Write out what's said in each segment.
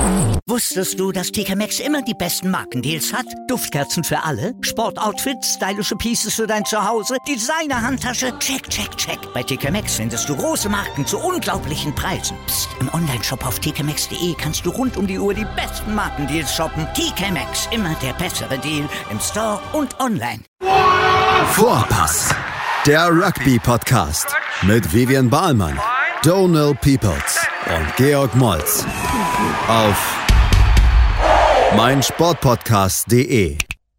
Wusstest du, dass TK Maxx immer die besten Markendeals hat? Duftkerzen für alle, Sportoutfits, stylische Pieces für dein Zuhause, Designer-Handtasche, check, check, check. Bei TK Maxx findest du große Marken zu unglaublichen Preisen. Psst. Im Onlineshop auf tkmaxx.de kannst du rund um die Uhr die besten Markendeals shoppen. TK Maxx, immer der bessere Deal im Store und online. Vorpass, der Rugby-Podcast mit Vivian Bahlmann, Donald Peoples und Georg Moltz auf meinsportpodcast.de.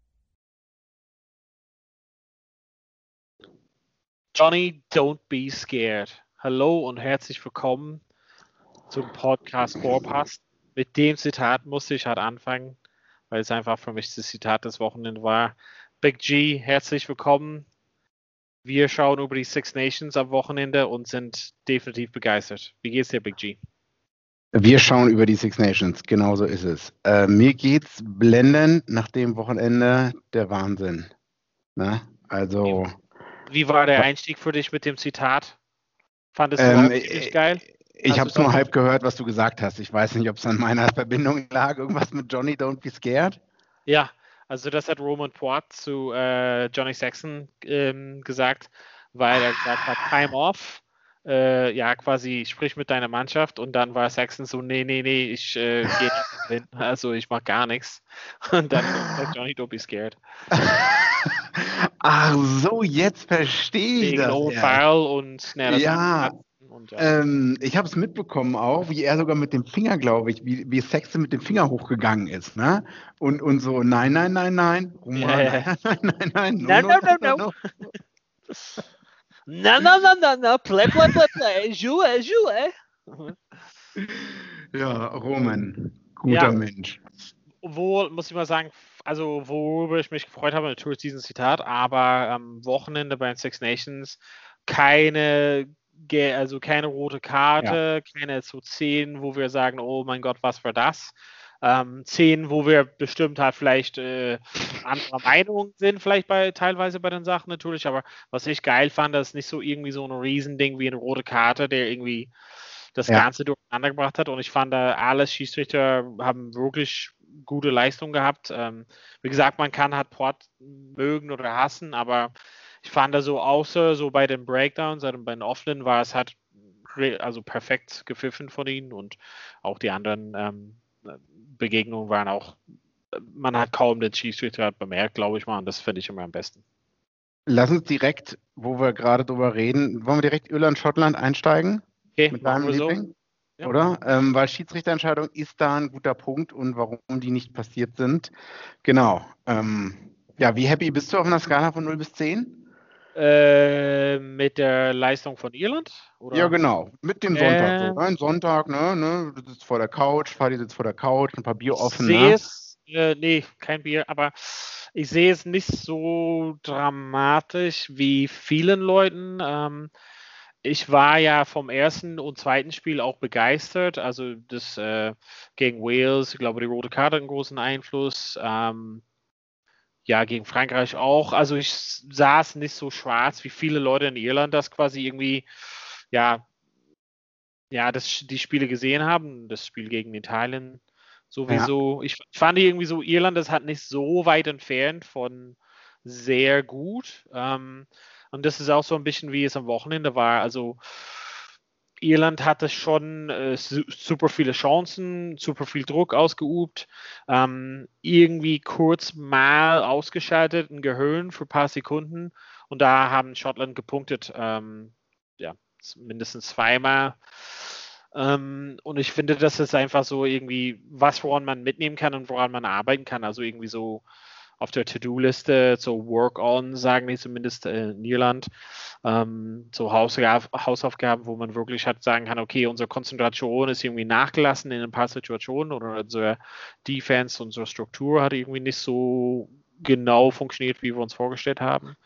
Johnny, don't be scared. Hallo und herzlich willkommen zum Podcast Vorpass. Mit dem Zitat musste ich halt anfangen, weil es einfach für mich das Zitat des Wochenendes war. Big G, herzlich willkommen. Wir schauen über die Six Nations am Wochenende und sind definitiv begeistert. Wie geht's dir, Big G? Wir schauen über die Six Nations, genau so ist es. Mir geht's blendend nach dem Wochenende, der Wahnsinn. Na, also. Wie war der Einstieg für dich mit dem Zitat? Fandest du auch ziemlich geil? Ich habe es nur halb gehört, was du gesagt hast. Ich weiß nicht, ob es an meiner Verbindung lag. Irgendwas mit Johnny, don't be scared? Ja, also das hat Romain Poite zu Johnny Sexton gesagt, weil er gesagt hat, time off. Ja, quasi sprich mit deiner Mannschaft, und dann war Sexton so, nee, ich gehe nicht hin, also ich mach gar nichts. Und dann sagt Johnny, don't be scared. Ach so, jetzt verstehe ich das. Foul und ja. Ich habe es mitbekommen auch, wie er sogar mit dem Finger, glaube ich, wie Sexton mit dem Finger hochgegangen ist, ne? Und so, nein. Roman, nein. No. No, play. Joue. Ja, Roman, guter Mensch. Obwohl, muss ich mal sagen, also worüber ich mich gefreut habe, natürlich diesen Zitat, aber am Wochenende bei den Six Nations keine rote Karte, keine so Szenen, wo wir sagen, oh mein Gott, was war das? Szenen, wo wir bestimmt halt vielleicht anderer Meinung sind, vielleicht teilweise bei den Sachen natürlich, aber was ich geil fand, das ist nicht so irgendwie so ein Riesending wie eine rote Karte, der irgendwie das Ganze durcheinander gebracht hat, und ich fand, alle Schiedsrichter haben wirklich gute Leistung gehabt. Wie gesagt, man kann halt Port mögen oder hassen, aber ich fand da so, außer so bei den Breakdowns, also bei den Offline, war es halt also perfekt gepfiffen von ihnen, und auch die anderen Begegnungen waren auch, man hat kaum den Schiedsrichter bemerkt, glaube ich mal, und das finde ich immer am besten. Lass uns direkt, wo wir gerade drüber reden, wollen wir direkt Irland-Schottland einsteigen? Okay, mit deinem Liebling? So. Ja. Oder? Weil Schiedsrichterentscheidung ist da ein guter Punkt, und warum die nicht passiert sind. Genau. Wie happy bist du auf einer Skala von 0 bis 10? Mit der Leistung von Irland? Oder? Ja, genau. Mit dem Sonntag. So. Ein Sonntag, ne? Du sitzt vor der Couch, Fadi sitzt vor der Couch, ein paar Bier offen. Nee, kein Bier, aber ich sehe es nicht so dramatisch wie vielen Leuten. Ich war ja vom ersten und zweiten Spiel auch begeistert. Also das gegen Wales, ich glaube, die rote Karte hat einen großen Einfluss. Gegen Frankreich auch. Also ich sah es nicht so schwarz, wie viele Leute in Irland das quasi irgendwie, die Spiele gesehen haben. Das Spiel gegen Italien sowieso. Ja. Ich fand irgendwie so, Irland ist halt nicht so weit entfernt von sehr gut. Und das ist auch so ein bisschen, wie es am Wochenende war. Also Irland hatte schon super viele Chancen, super viel Druck ausgeübt, irgendwie kurz mal ausgeschaltet, ein Gehirn für ein paar Sekunden, und da haben Schottland gepunktet, mindestens zweimal. Und ich finde, das ist einfach so irgendwie was, woran man mitnehmen kann und woran man arbeiten kann. Also irgendwie so auf der To-Do-Liste, so Work-on, sagen die zumindest in Irland, so Hausaufgaben, wo man wirklich halt sagen kann, okay, unsere Konzentration ist irgendwie nachgelassen in ein paar Situationen, oder unsere Defense, unsere Struktur hat irgendwie nicht so genau funktioniert, wie wir uns vorgestellt haben.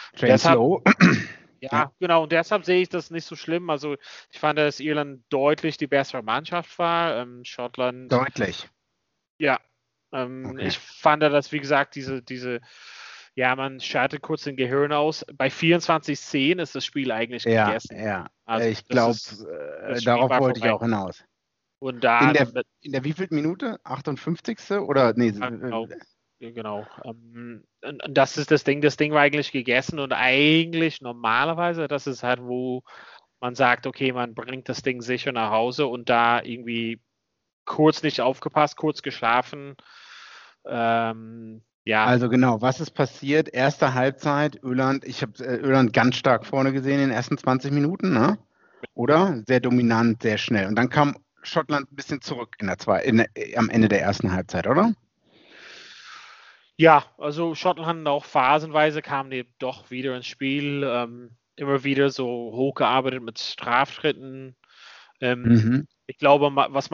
Ja, genau, und deshalb sehe ich das nicht so schlimm. Also ich fand, dass Irland deutlich die bessere Mannschaft war. Schottland. Deutlich. Ja. Okay. Ich fand, dass, wie gesagt, man schaltet kurz den Gehirn aus. Bei 24:10 ist das Spiel eigentlich gegessen. Ja, also ich glaube, darauf wollte ich auch hinaus. Und da in der wievielten Minute? 58. oder? Nee, genau. Und das ist das Ding. Das Ding war eigentlich gegessen und eigentlich normalerweise, das ist halt, wo man sagt, okay, man bringt das Ding sicher nach Hause und da irgendwie kurz nicht aufgepasst, kurz geschlafen. Also genau, was ist passiert? Erste Halbzeit, ich habe Irland ganz stark vorne gesehen in den ersten 20 Minuten, ne? Oder? Sehr dominant, sehr schnell. Und dann kam Schottland ein bisschen zurück am Ende der ersten Halbzeit, oder? Ja, also Schottland auch phasenweise kamen die doch wieder ins Spiel, immer wieder so hochgearbeitet mit Straftritten. Ich glaube, was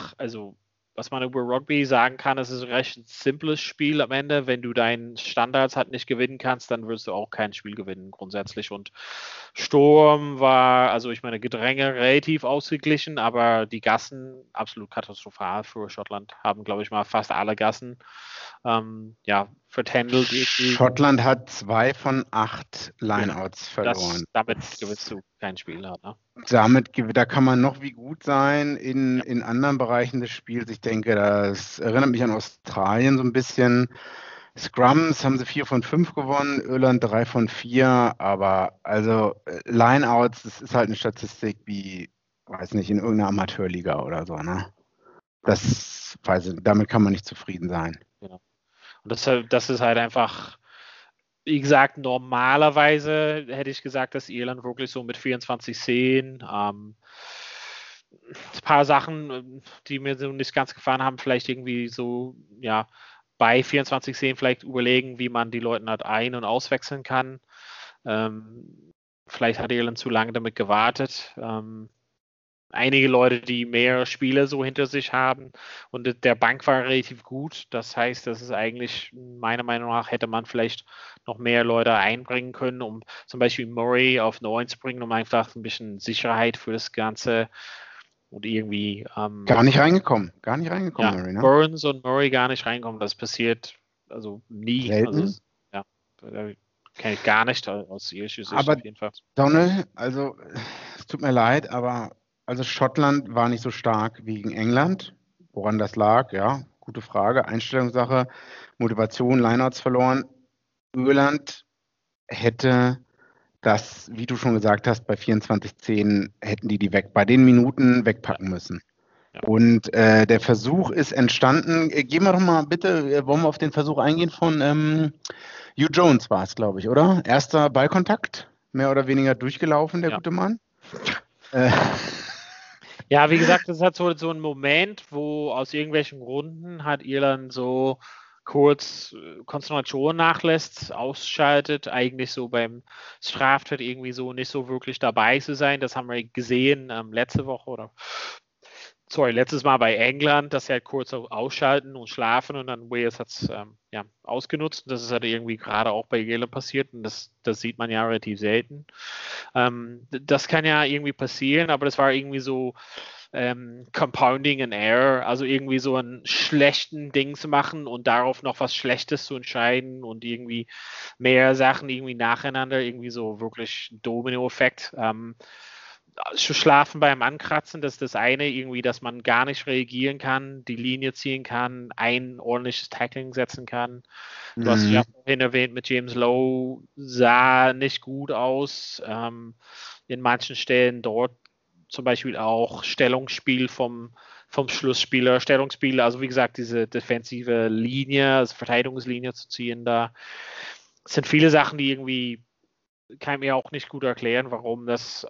man über Rugby sagen kann, es ist ein recht simples Spiel am Ende. Wenn du deinen Standards halt nicht gewinnen kannst, dann wirst du auch kein Spiel gewinnen grundsätzlich. Und Sturm war, also ich meine, Gedränge relativ ausgeglichen, aber die Gassen absolut katastrophal für Schottland. Haben, glaube ich mal, fast alle Gassen vertändelt. Schottland hat 2 von 8 Lineouts verloren. Damit gewinnst du kein Spiel. Ne? Da kann man noch wie gut sein in anderen Bereichen des Spiels. Ich denke, das erinnert mich an Australien so ein bisschen. Scrums haben sie 4 von 5 gewonnen, Irland 3 von 4, aber also Lineouts, das ist halt eine Statistik wie, weiß nicht, in irgendeiner Amateurliga oder so, ne? Damit kann man nicht zufrieden sein. Genau. Und das ist halt einfach, wie gesagt, normalerweise hätte ich gesagt, dass Irland wirklich so mit 24-10 ein paar Sachen, die mir so nicht ganz gefallen haben, vielleicht irgendwie so, ja, bei 24-10 vielleicht überlegen, wie man die Leute halt ein- und auswechseln kann. Vielleicht hat Irland zu lange damit gewartet. Einige Leute, die mehr Spiele so hinter sich haben und der Bank war relativ gut. Das heißt, das ist eigentlich, meiner Meinung nach, hätte man vielleicht noch mehr Leute einbringen können, um zum Beispiel Murray auf 9 zu bringen, um einfach ein bisschen Sicherheit für das Ganze und irgendwie gar nicht reingekommen, ja, Murray, ne? Burns und Murray gar nicht reinkommen. Das passiert also nie. Selten. Also, kenne ich gar nicht aus irischer Sicht aber auf jeden Fall. Donald, also es tut mir leid, aber also Schottland war nicht so stark wie gegen England. Woran das lag, ja, gute Frage. Einstellungssache, Motivation, Lineouts verloren. Irland hätte das, wie du schon gesagt hast, bei 24-10 hätten die bei den Minuten wegpacken müssen. Ja. Und der Versuch ist entstanden. Gehen wir doch mal bitte, wollen wir auf den Versuch eingehen von Hugh Jones war es, glaube ich, oder? Erster Ballkontakt, mehr oder weniger durchgelaufen, der gute Mann. Ja, wie gesagt, das hat so ein Moment, wo aus irgendwelchen Gründen hat Irland so kurz Konzentration nachlässt, ausschaltet, eigentlich so beim Straftat irgendwie so nicht so wirklich dabei zu sein. Das haben wir gesehen letztes Mal bei England, dass sie halt kurz ausschalten und schlafen und dann Wales hat es ausgenutzt. Das ist halt irgendwie gerade auch bei Irland passiert und das sieht man ja relativ selten. Das kann ja irgendwie passieren, aber das war irgendwie so Compounding an Error, also irgendwie so einen schlechten Ding zu machen und darauf noch was Schlechtes zu entscheiden und irgendwie mehr Sachen irgendwie nacheinander, irgendwie so wirklich Domino-Effekt. Schlafen beim Ankratzen, das ist das eine, irgendwie, dass man gar nicht reagieren kann, die Linie ziehen kann, ein ordentliches Tackling setzen kann. Du hast ja vorhin erwähnt, mit James Lowe sah nicht gut aus. In manchen Stellen dort zum Beispiel auch Stellungsspiel vom Schlussspieler, Stellungsspiel, also wie gesagt, diese defensive Linie, also Verteidigungslinie zu ziehen da. Es sind viele Sachen, die irgendwie kann ich mir auch nicht gut erklären, warum das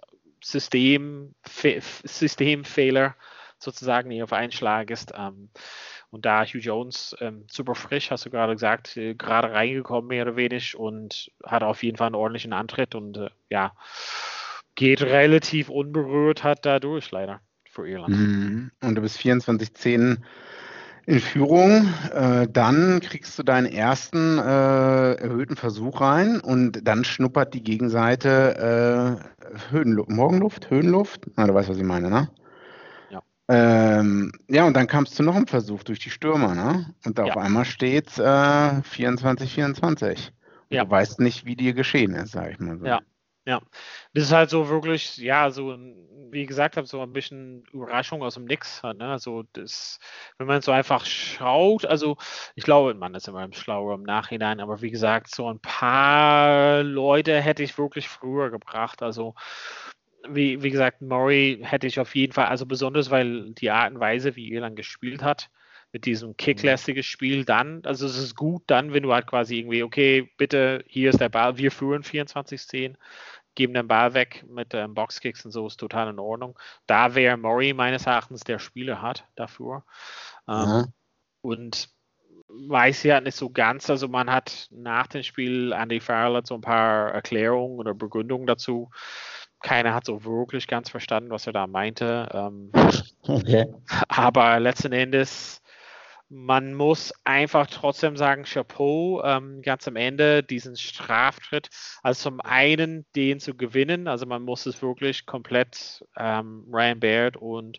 Systemfehler sozusagen nicht auf einen Schlag ist. Und da Hugh Jones super frisch, hast du gerade gesagt, gerade reingekommen mehr oder weniger und hat auf jeden Fall einen ordentlichen Antritt und geht relativ unberührt, hat dadurch leider für Irland. Und du bist 24-10 in Führung, dann kriegst du deinen ersten erhöhten Versuch rein und dann schnuppert die Gegenseite Höhenluft? Na, du weißt, was ich meine, ne? Ja. Und dann kamst du noch einen Versuch durch die Stürmer, ne? Und auf einmal steht es 24-24. Du weißt nicht, wie dir geschehen ist, sag ich mal so. Ja. Ja, das ist halt so wirklich, ja, so, wie ich gesagt habe, so ein bisschen Überraschung aus dem Nix. Ne? Also, wenn man so einfach schaut, also, ich glaube, man ist immer schlauer im Nachhinein, aber wie gesagt, so ein paar Leute hätte ich wirklich früher gebracht. Also, wie gesagt, Murray hätte ich auf jeden Fall, also besonders, weil die Art und Weise, wie Irland gespielt hat, mit diesem kicklästigen Spiel dann, also es ist gut dann, wenn du halt quasi irgendwie, okay, bitte, hier ist der Ball, wir führen 24-10, geben den Ball weg mit Boxkicks und so, ist total in Ordnung. Da wäre Murray meines Erachtens der Spieler hat dafür. Und weiß ja nicht so ganz, also man hat nach dem Spiel Andy Farrell so ein paar Erklärungen oder Begründungen dazu. Keiner hat so wirklich ganz verstanden, was er da meinte. Okay. Aber letzten Endes, man muss einfach trotzdem sagen, Chapeau, ganz am Ende diesen Straftritt. Also zum einen den zu gewinnen, also man muss es wirklich komplett Ryan Baird und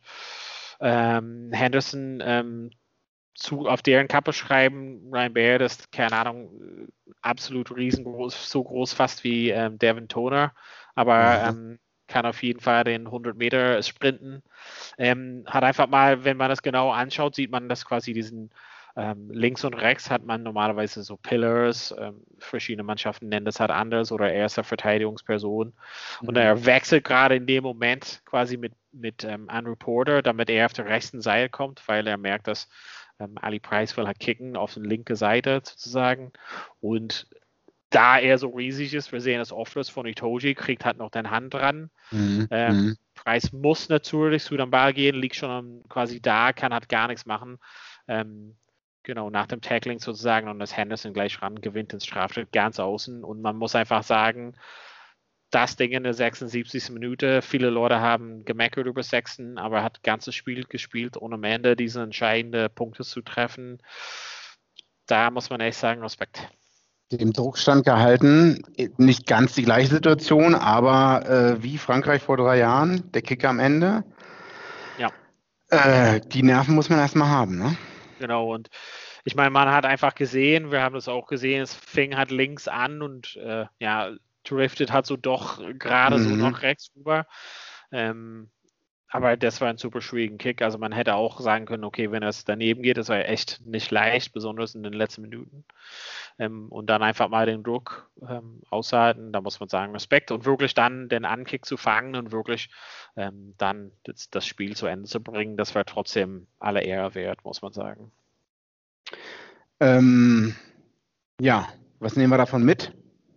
Henderson auf deren Kappe schreiben. Ryan Baird ist, keine Ahnung, absolut riesengroß, so groß fast wie Devin Toner, aber kann auf jeden Fall den 100 Meter sprinten. Hat einfach mal, wenn man das genau anschaut, sieht man, dass quasi diesen links und rechts hat man normalerweise so Pillars, verschiedene Mannschaften nennen das halt anders oder erster Verteidigungsperson. Und er wechselt gerade in dem Moment quasi mit Andrew Porter, damit er auf der rechten Seite kommt, weil er merkt, dass Ali Price will halt kicken auf die linke Seite sozusagen. Und da er so riesig ist, wir sehen das Offload von Itoje, kriegt halt noch den Hand dran. Price muss natürlich zu dem Ball gehen, liegt schon quasi da, kann halt gar nichts machen. Genau, nach dem Tackling sozusagen und das Henderson gleich ran, gewinnt den Straftritt ganz außen und man muss einfach sagen, das Ding in der 76. Minute, viele Leute haben gemeckert über Sexton, aber er hat ganzes Spiel gespielt, um am Ende diese entscheidenden Punkte zu treffen. Da muss man echt sagen, Respekt. Dem Druck standgehalten, nicht ganz die gleiche Situation, aber wie Frankreich vor 3 Jahren, der Kicker am Ende. Ja. Die Nerven muss man erstmal haben, ne? Genau, und ich meine, man hat einfach gesehen, wir haben das auch gesehen, es fing halt links an und driftet hat so doch gerade so noch rechts rüber. Aber das war ein super schwierigen Kick. Also man hätte auch sagen können, okay, wenn es daneben geht, das war echt nicht leicht, besonders in den letzten Minuten. Und dann einfach mal den Druck aushalten, da muss man sagen, Respekt. Und wirklich dann den Ankick zu fangen und wirklich dann das Spiel zu Ende zu bringen, das war trotzdem alle Ehre wert, muss man sagen. Ja, was nehmen wir davon mit?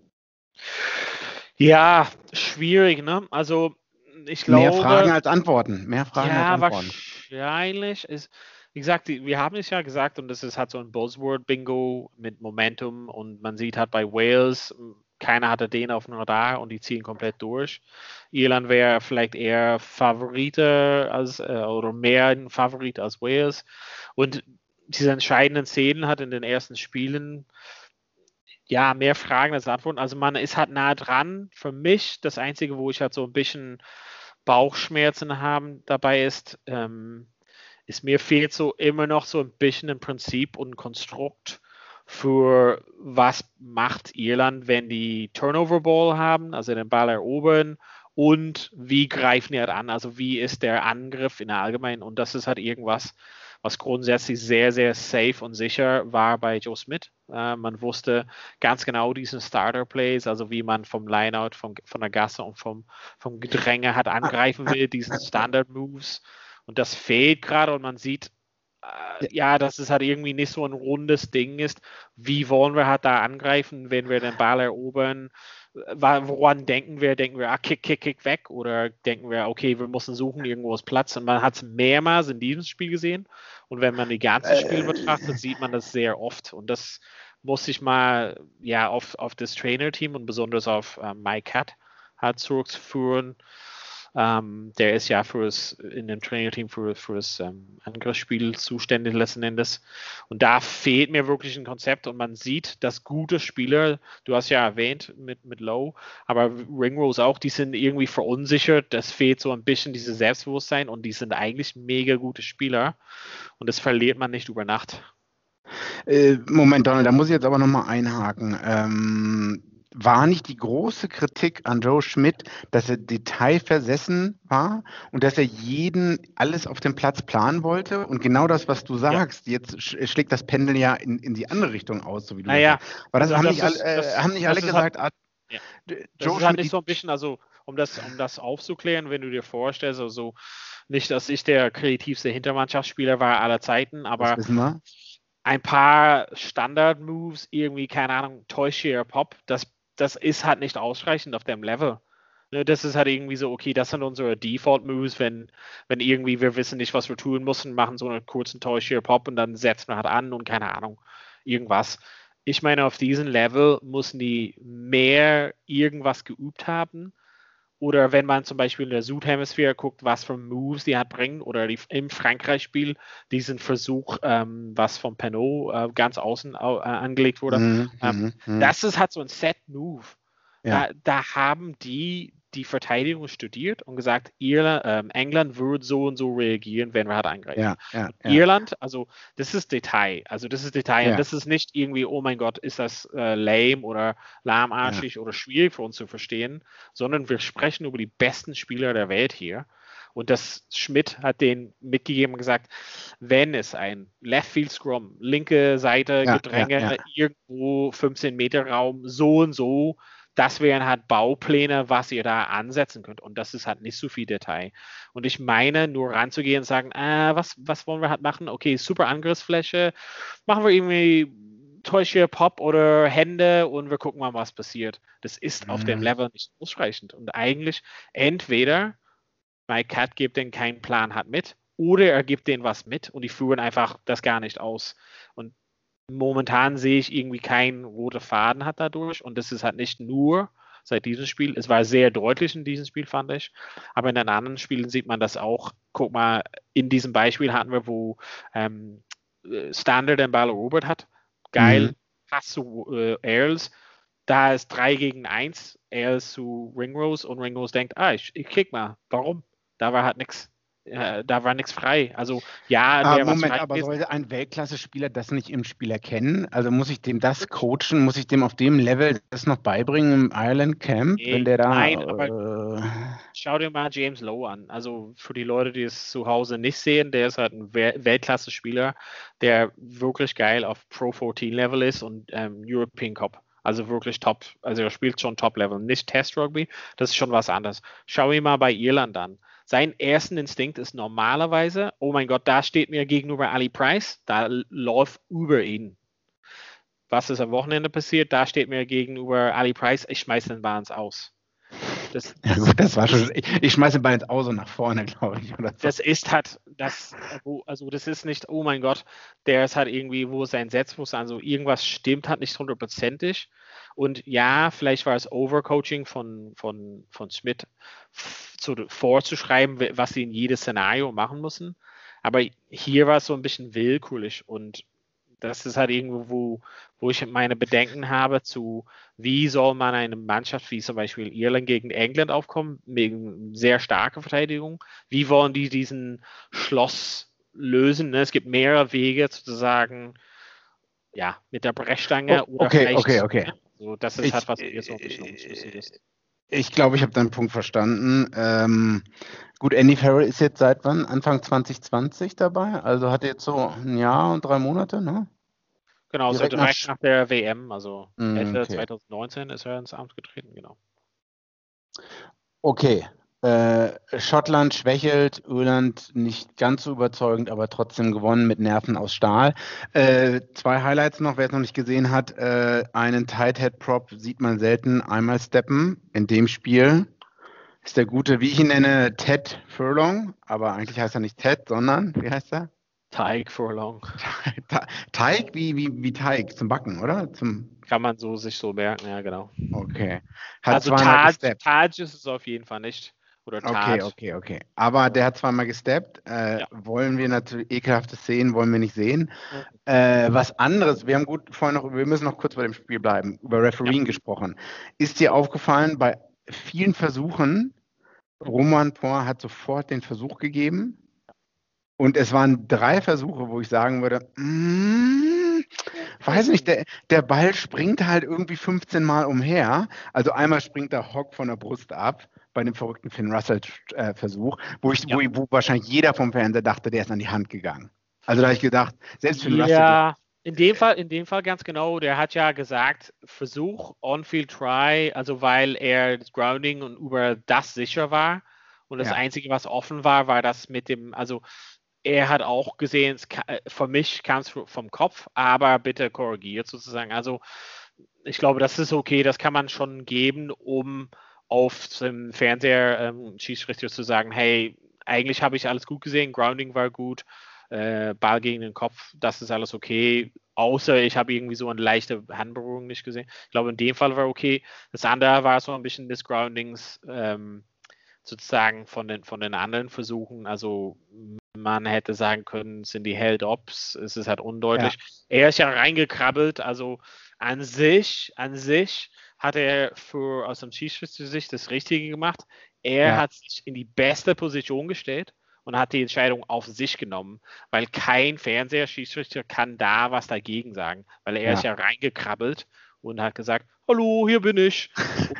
Ja, schwierig, ne? Also ich glaube, mehr Fragen als Antworten. Wahrscheinlich ist, wie gesagt, wir haben es ja gesagt und das ist halt so ein Buzzword-Bingo mit Momentum und man sieht halt bei Wales, keiner hatte den auf dem Radar und die ziehen komplett durch. Irland wäre vielleicht eher Favorite oder mehr ein Favorit als Wales und diese entscheidenden Szenen hat in den ersten Spielen ja mehr Fragen als Antworten. Also man ist halt nah dran. Für mich das Einzige, wo ich halt so ein bisschen Bauchschmerzen haben dabei ist mir fehlt so immer noch so ein bisschen ein Prinzip und ein Konstrukt für was macht Irland, wenn die Turnover Ball haben, also den Ball erobern und wie greifen die halt an, also wie ist der Angriff in der Allgemeinen und das ist halt irgendwas, was grundsätzlich sehr, sehr safe und sicher war bei Joe Smith. Man wusste ganz genau diesen Starter-Plays, also wie man vom Lineout, von der Gasse und vom Gedränge hat angreifen will, diesen Standard-Moves. Und das fehlt gerade und man sieht, dass es halt irgendwie nicht so ein rundes Ding ist. Wie wollen wir halt da angreifen, wenn wir den Ball erobern? Woran denken wir? Denken wir, Kick weg? Oder denken wir, okay, wir müssen suchen, irgendwo ist Platz? Und man hat es mehrmals in diesem Spiel gesehen. Und wenn man die ganze Spiel betrachtet, sieht man das sehr oft. Und das muss ich mal auf das Trainer-Team und besonders auf Mike Hatt halt zurückführen. Der ist ja in dem Trainer-Team für das Angriffsspiel zuständig letzten Endes. Und da fehlt mir wirklich ein Konzept und man sieht, dass gute Spieler, du hast ja erwähnt mit Lowe, aber Ringrose auch, die sind irgendwie verunsichert. Das fehlt so ein bisschen dieses Selbstbewusstsein und die sind eigentlich mega gute Spieler und das verliert man nicht über Nacht. Moment, Donald, da muss ich jetzt aber nochmal einhaken. war nicht die große Kritik an Joe Schmidt, dass er detailversessen war und dass er alles auf dem Platz planen wollte? Und genau das, was du sagst, jetzt schlägt das Pendel ja in die andere Richtung aus, so wie du naja, sagst. Aber das haben nicht alle gesagt, ja. Joe Das ist halt Schmidt nicht so ein bisschen, also um das aufzuklären, wenn du dir vorstellst, also nicht, dass ich der kreativste Hintermannschaftsspieler war aller Zeiten, aber das wissen wir. Ein paar Standard-Moves, irgendwie, keine Ahnung, Toy-Share-Pop, das ist halt nicht ausreichend auf dem Level. Ne, das ist halt irgendwie so, okay, das sind unsere Default-Moves, wenn irgendwie wir wissen nicht, was wir tun müssen, machen so einen kurzen Toy-Share-Pop und dann setzen wir halt an und keine Ahnung, irgendwas. Ich meine, auf diesem Level müssen die mehr irgendwas geübt haben. Oder wenn man zum Beispiel in der Südhemisphäre guckt, was für Moves die halt bringen, oder im Frankreich-Spiel diesen Versuch, was von Penaud ganz außen angelegt wurde, das ist halt so ein Set-Move. Ja. Da haben die Verteidigung studiert und gesagt, England wird so und so reagieren, wenn wir halt angreifen. Ja. Irland, also das ist Detail. Also das ist Detail. Ja. Und das ist nicht irgendwie, oh mein Gott, ist das lame oder lahmarschig oder schwierig für uns zu verstehen, sondern wir sprechen über die besten Spieler der Welt hier. Und das Schmidt hat denen mitgegeben und gesagt, wenn es ein Left Field Scrum, linke Seite, Gedränge, irgendwo 15 Meter Raum, so und so, das wären halt Baupläne, was ihr da ansetzen könnt. Und das ist halt nicht so viel Detail. Und ich meine, nur ranzugehen und sagen, was wollen wir halt machen? Okay, super Angriffsfläche, machen wir irgendwie Toy-Share Pop oder Hände und wir gucken mal, was passiert. Das ist auf dem Level nicht ausreichend. Und eigentlich entweder Mike Cat gibt denen keinen Plan hat mit oder er gibt denen was mit und die führen einfach das gar nicht aus. Und momentan sehe ich irgendwie keinen roten Faden hat dadurch und das ist halt nicht nur seit diesem Spiel. Es war sehr deutlich in diesem Spiel, fand ich. Aber in den anderen Spielen sieht man das auch. Guck mal, in diesem Beispiel hatten wir, wo Standard den Ball erobert hat. Geil, fast zu Earls. Da ist 3 gegen 1. Earls zu Ringrose und Ringrose denkt, ich kick mal. Warum? Da war halt nichts. Da war nichts frei. Also ja, Moment, aber sollte ein Weltklasse-Spieler das nicht im Spiel erkennen? Also muss ich dem das coachen? Muss ich dem auf dem Level das noch beibringen im Ireland Camp? Nee, wenn der da, nein, aber schau dir mal James Lowe an. Also für die Leute, die es zu Hause nicht sehen, der ist halt ein Weltklasse-Spieler, der wirklich geil auf Pro 14 Level ist und European Cup. Also wirklich top. Also er spielt schon Top-Level. Nicht Test-Rugby, das ist schon was anderes. Schau ihn mal bei Irland an. Sein erster Instinkt ist normalerweise, oh mein Gott, da steht mir gegenüber Ali Price, da läuft über ihn. Was ist am Wochenende passiert? Da steht mir gegenüber Ali Price, ich schmeiße den Ball ins Aus. Das war schon, ich schmeiße den Ball ins Aus und nach vorne, glaube ich. Oder so. Das ist halt, das ist nicht, oh mein Gott, der ist halt irgendwie, wo sein Setzfuß, also irgendwas stimmt halt nicht hundertprozentig. Und ja, vielleicht war es Overcoaching von Schmidt vorzuschreiben, was sie in jedes Szenario machen müssen. Aber hier war es so ein bisschen willkürlich und das ist halt irgendwo, wo ich meine Bedenken habe zu, wie soll man eine Mannschaft wie zum Beispiel Irland gegen England aufkommen, mit sehr starker Verteidigung. Wie wollen die diesen Schloss lösen? Ne? Es gibt mehrere Wege sozusagen, ja, mit der Brechstange oder vielleicht. Okay. So, das ist halt was jetzt auch nicht unschlüssig ist. Ich glaube, ich habe deinen Punkt verstanden. Gut, Andy Farrell ist jetzt seit wann? Anfang 2020 dabei? Also hat jetzt so ein Jahr und 3 Monate, ne? Genau, direkt nach der WM, also Ende okay. 2019 ist er ins Amt getreten, genau. Okay. Schottland schwächelt, Irland nicht ganz so überzeugend, aber trotzdem gewonnen mit Nerven aus Stahl. 2 Highlights noch, wer es noch nicht gesehen hat. Einen Tight Head Prop sieht man selten einmal steppen. In dem Spiel ist der gute, wie ich ihn nenne, Ted Furlong, aber eigentlich heißt er nicht Ted, sondern, wie heißt er? Teig Furlong. Teig wie Teig zum Backen, oder? Kann man sich so merken, ja genau. Okay. Also Taj ist es auf jeden Fall nicht. Oder Taj. Okay. Aber der hat 2-mal gesteppt. Wollen wir natürlich ekelhafte Szenen, wollen wir nicht sehen. Was anderes, wir müssen noch kurz bei dem Spiel bleiben, über Refereeing gesprochen. Ist dir aufgefallen, bei vielen Versuchen, Romain Poix hat sofort den Versuch gegeben und es waren 3 Versuche, wo ich sagen würde, weiß nicht, der Ball springt halt irgendwie 15 Mal umher. Also einmal springt der Hock von der Brust ab bei dem verrückten Finn Russell-Versuch, wo wahrscheinlich jeder vom Fernseher dachte, der ist an die Hand gegangen. Also da habe ich gedacht, selbst Finn Russell... Ja, in dem Fall ganz genau. Der hat ja gesagt, Versuch, On-Field Try, also weil er das Grounding und über das sicher war. Und das Einzige, was offen war, war das mit dem, also er hat auch gesehen, für mich kam es vom Kopf, aber bitte korrigiert sozusagen. Also ich glaube, das ist okay, das kann man schon geben, um auf dem Fernseher Schiedsrichter zu sagen, hey, eigentlich habe ich alles gut gesehen, Grounding war gut, Ball gegen den Kopf, das ist alles okay, außer ich habe irgendwie so eine leichte Handberührung nicht gesehen. Ich glaube, in dem Fall war okay. Das andere war so ein bisschen des Groundings, sozusagen von den anderen Versuchen, also man hätte sagen können, sind die Held-Ups, es ist halt undeutlich. Ja. Er ist ja reingekrabbelt, also an sich hat er aus dem Schiedsrichter-Sicht das Richtige gemacht. Er hat sich in die beste Position gestellt und hat die Entscheidung auf sich genommen, weil kein Fernseher-Schiedsrichter kann da was dagegen sagen, weil er ist ja reingekrabbelt und hat gesagt, hallo, hier bin ich.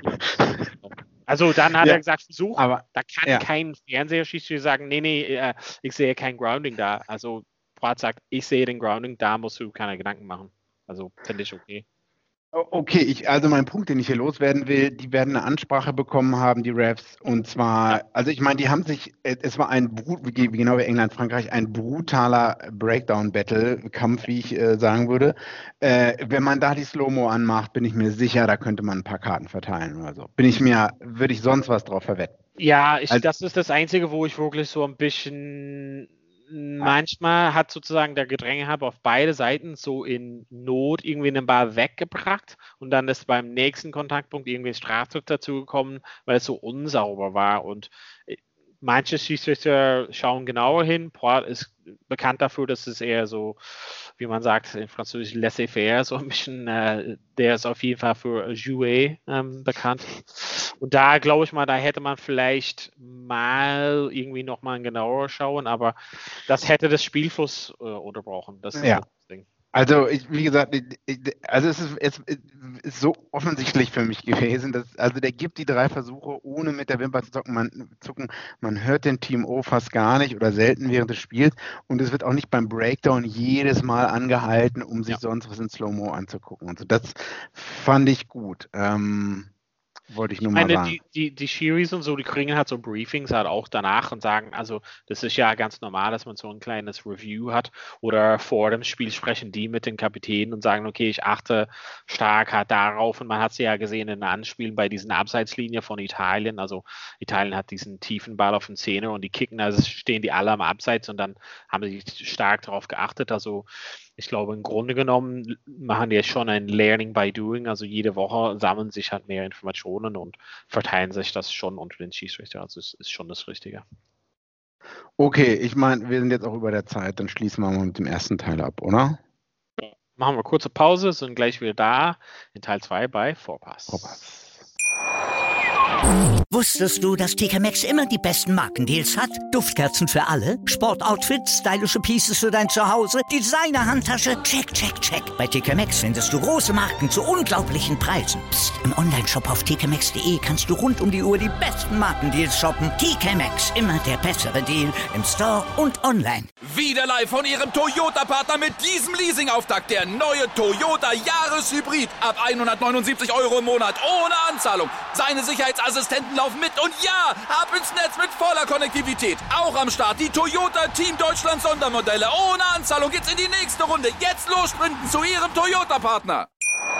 Also dann hat er gesagt, Versuch, aber da kann kein Fernseher-Schiedsrichter sagen, nee, ich sehe kein Grounding da. Also Pratt sagt, ich sehe den Grounding, da musst du keine Gedanken machen. Also finde ich okay. Okay, also mein Punkt, den ich hier loswerden will, die werden eine Ansprache bekommen haben, die Refs, und zwar, also ich meine, die haben sich, es war genau wie England, Frankreich, ein brutaler Breakdown-Battle-Kampf, wie ich sagen würde. Wenn man da die Slow-Mo anmacht, bin ich mir sicher, da könnte man ein paar Karten verteilen oder so. Würde ich sonst was drauf verwetten. Ja, das ist das Einzige, wo ich wirklich so ein bisschen... Manchmal hat sozusagen der Gedrängehaber auf beide Seiten so in Not irgendwie einen Ball weggebracht und dann ist beim nächsten Kontaktpunkt irgendwie ein Straftritt dazugekommen, weil es so unsauber war. Und manche Schiedsrichter schauen genauer hin. Port ist bekannt dafür, dass es eher so, wie man sagt in Französisch, laissez-faire, so ein bisschen, der ist auf jeden Fall für Jouer bekannt. Und da glaube ich mal, da hätte man vielleicht mal irgendwie nochmal genauer schauen, aber das hätte das Spielfluss unterbrochen. Das ist das Ding. Also, wie gesagt, es ist so offensichtlich für mich gewesen, also der gibt die 3 Versuche, ohne mit der Wimper zu zucken. Man hört den Team O fast gar nicht oder selten während des Spiels und es wird auch nicht beim Breakdown jedes Mal angehalten, um sich sonst was in Slow-Mo anzugucken. Und so, das fand ich gut. Wollte ich nur mal sagen. Die Schiris und so, die kriegen halt so Briefings halt auch danach und sagen, also das ist ja ganz normal, dass man so ein kleines Review hat oder vor dem Spiel sprechen die mit den Kapitänen und sagen, okay, ich achte stark halt darauf und man hat es ja gesehen in den Anspielen bei diesen Abseitslinie von Italien, also Italien hat diesen tiefen Ball auf den Zehner und die kicken, also stehen die alle am Abseits und dann haben sie stark darauf geachtet, also ich glaube, im Grunde genommen machen die schon ein Learning by Doing. Also jede Woche sammeln sich halt mehr Informationen und verteilen sich das schon unter den Schiedsrichter. Also es ist schon das Richtige. Okay, ich meine, wir sind jetzt auch über der Zeit. Dann schließen wir mal mit dem ersten Teil ab, oder? Ja. Machen wir kurze Pause, sind gleich wieder da in Teil 2 bei Vorpass. Wusstest du, dass TK Maxx immer die besten Markendeals hat? Duftkerzen für alle, Sportoutfits, stylische Pieces für dein Zuhause, Designer-Handtasche, check, check, check. Bei TK Maxx findest du große Marken zu unglaublichen Preisen. Psst. Im Onlineshop auf tkmaxx.de kannst du rund um die Uhr die besten Markendeals shoppen. TK Maxx, immer der bessere Deal im Store und online. Wieder live von Ihrem Toyota-Partner mit diesem Leasing-Auftakt. Der neue Toyota Jahreshybrid. Ab 179 € im Monat. Ohne Anzahlung. Seine Sicherheitsassistenten laufen mit. Und ja, ab ins Netz mit voller Konnektivität. Auch am Start die Toyota Team Deutschland Sondermodelle. Ohne Anzahlung geht's in die nächste Runde. Jetzt los sprinten zu Ihrem Toyota-Partner.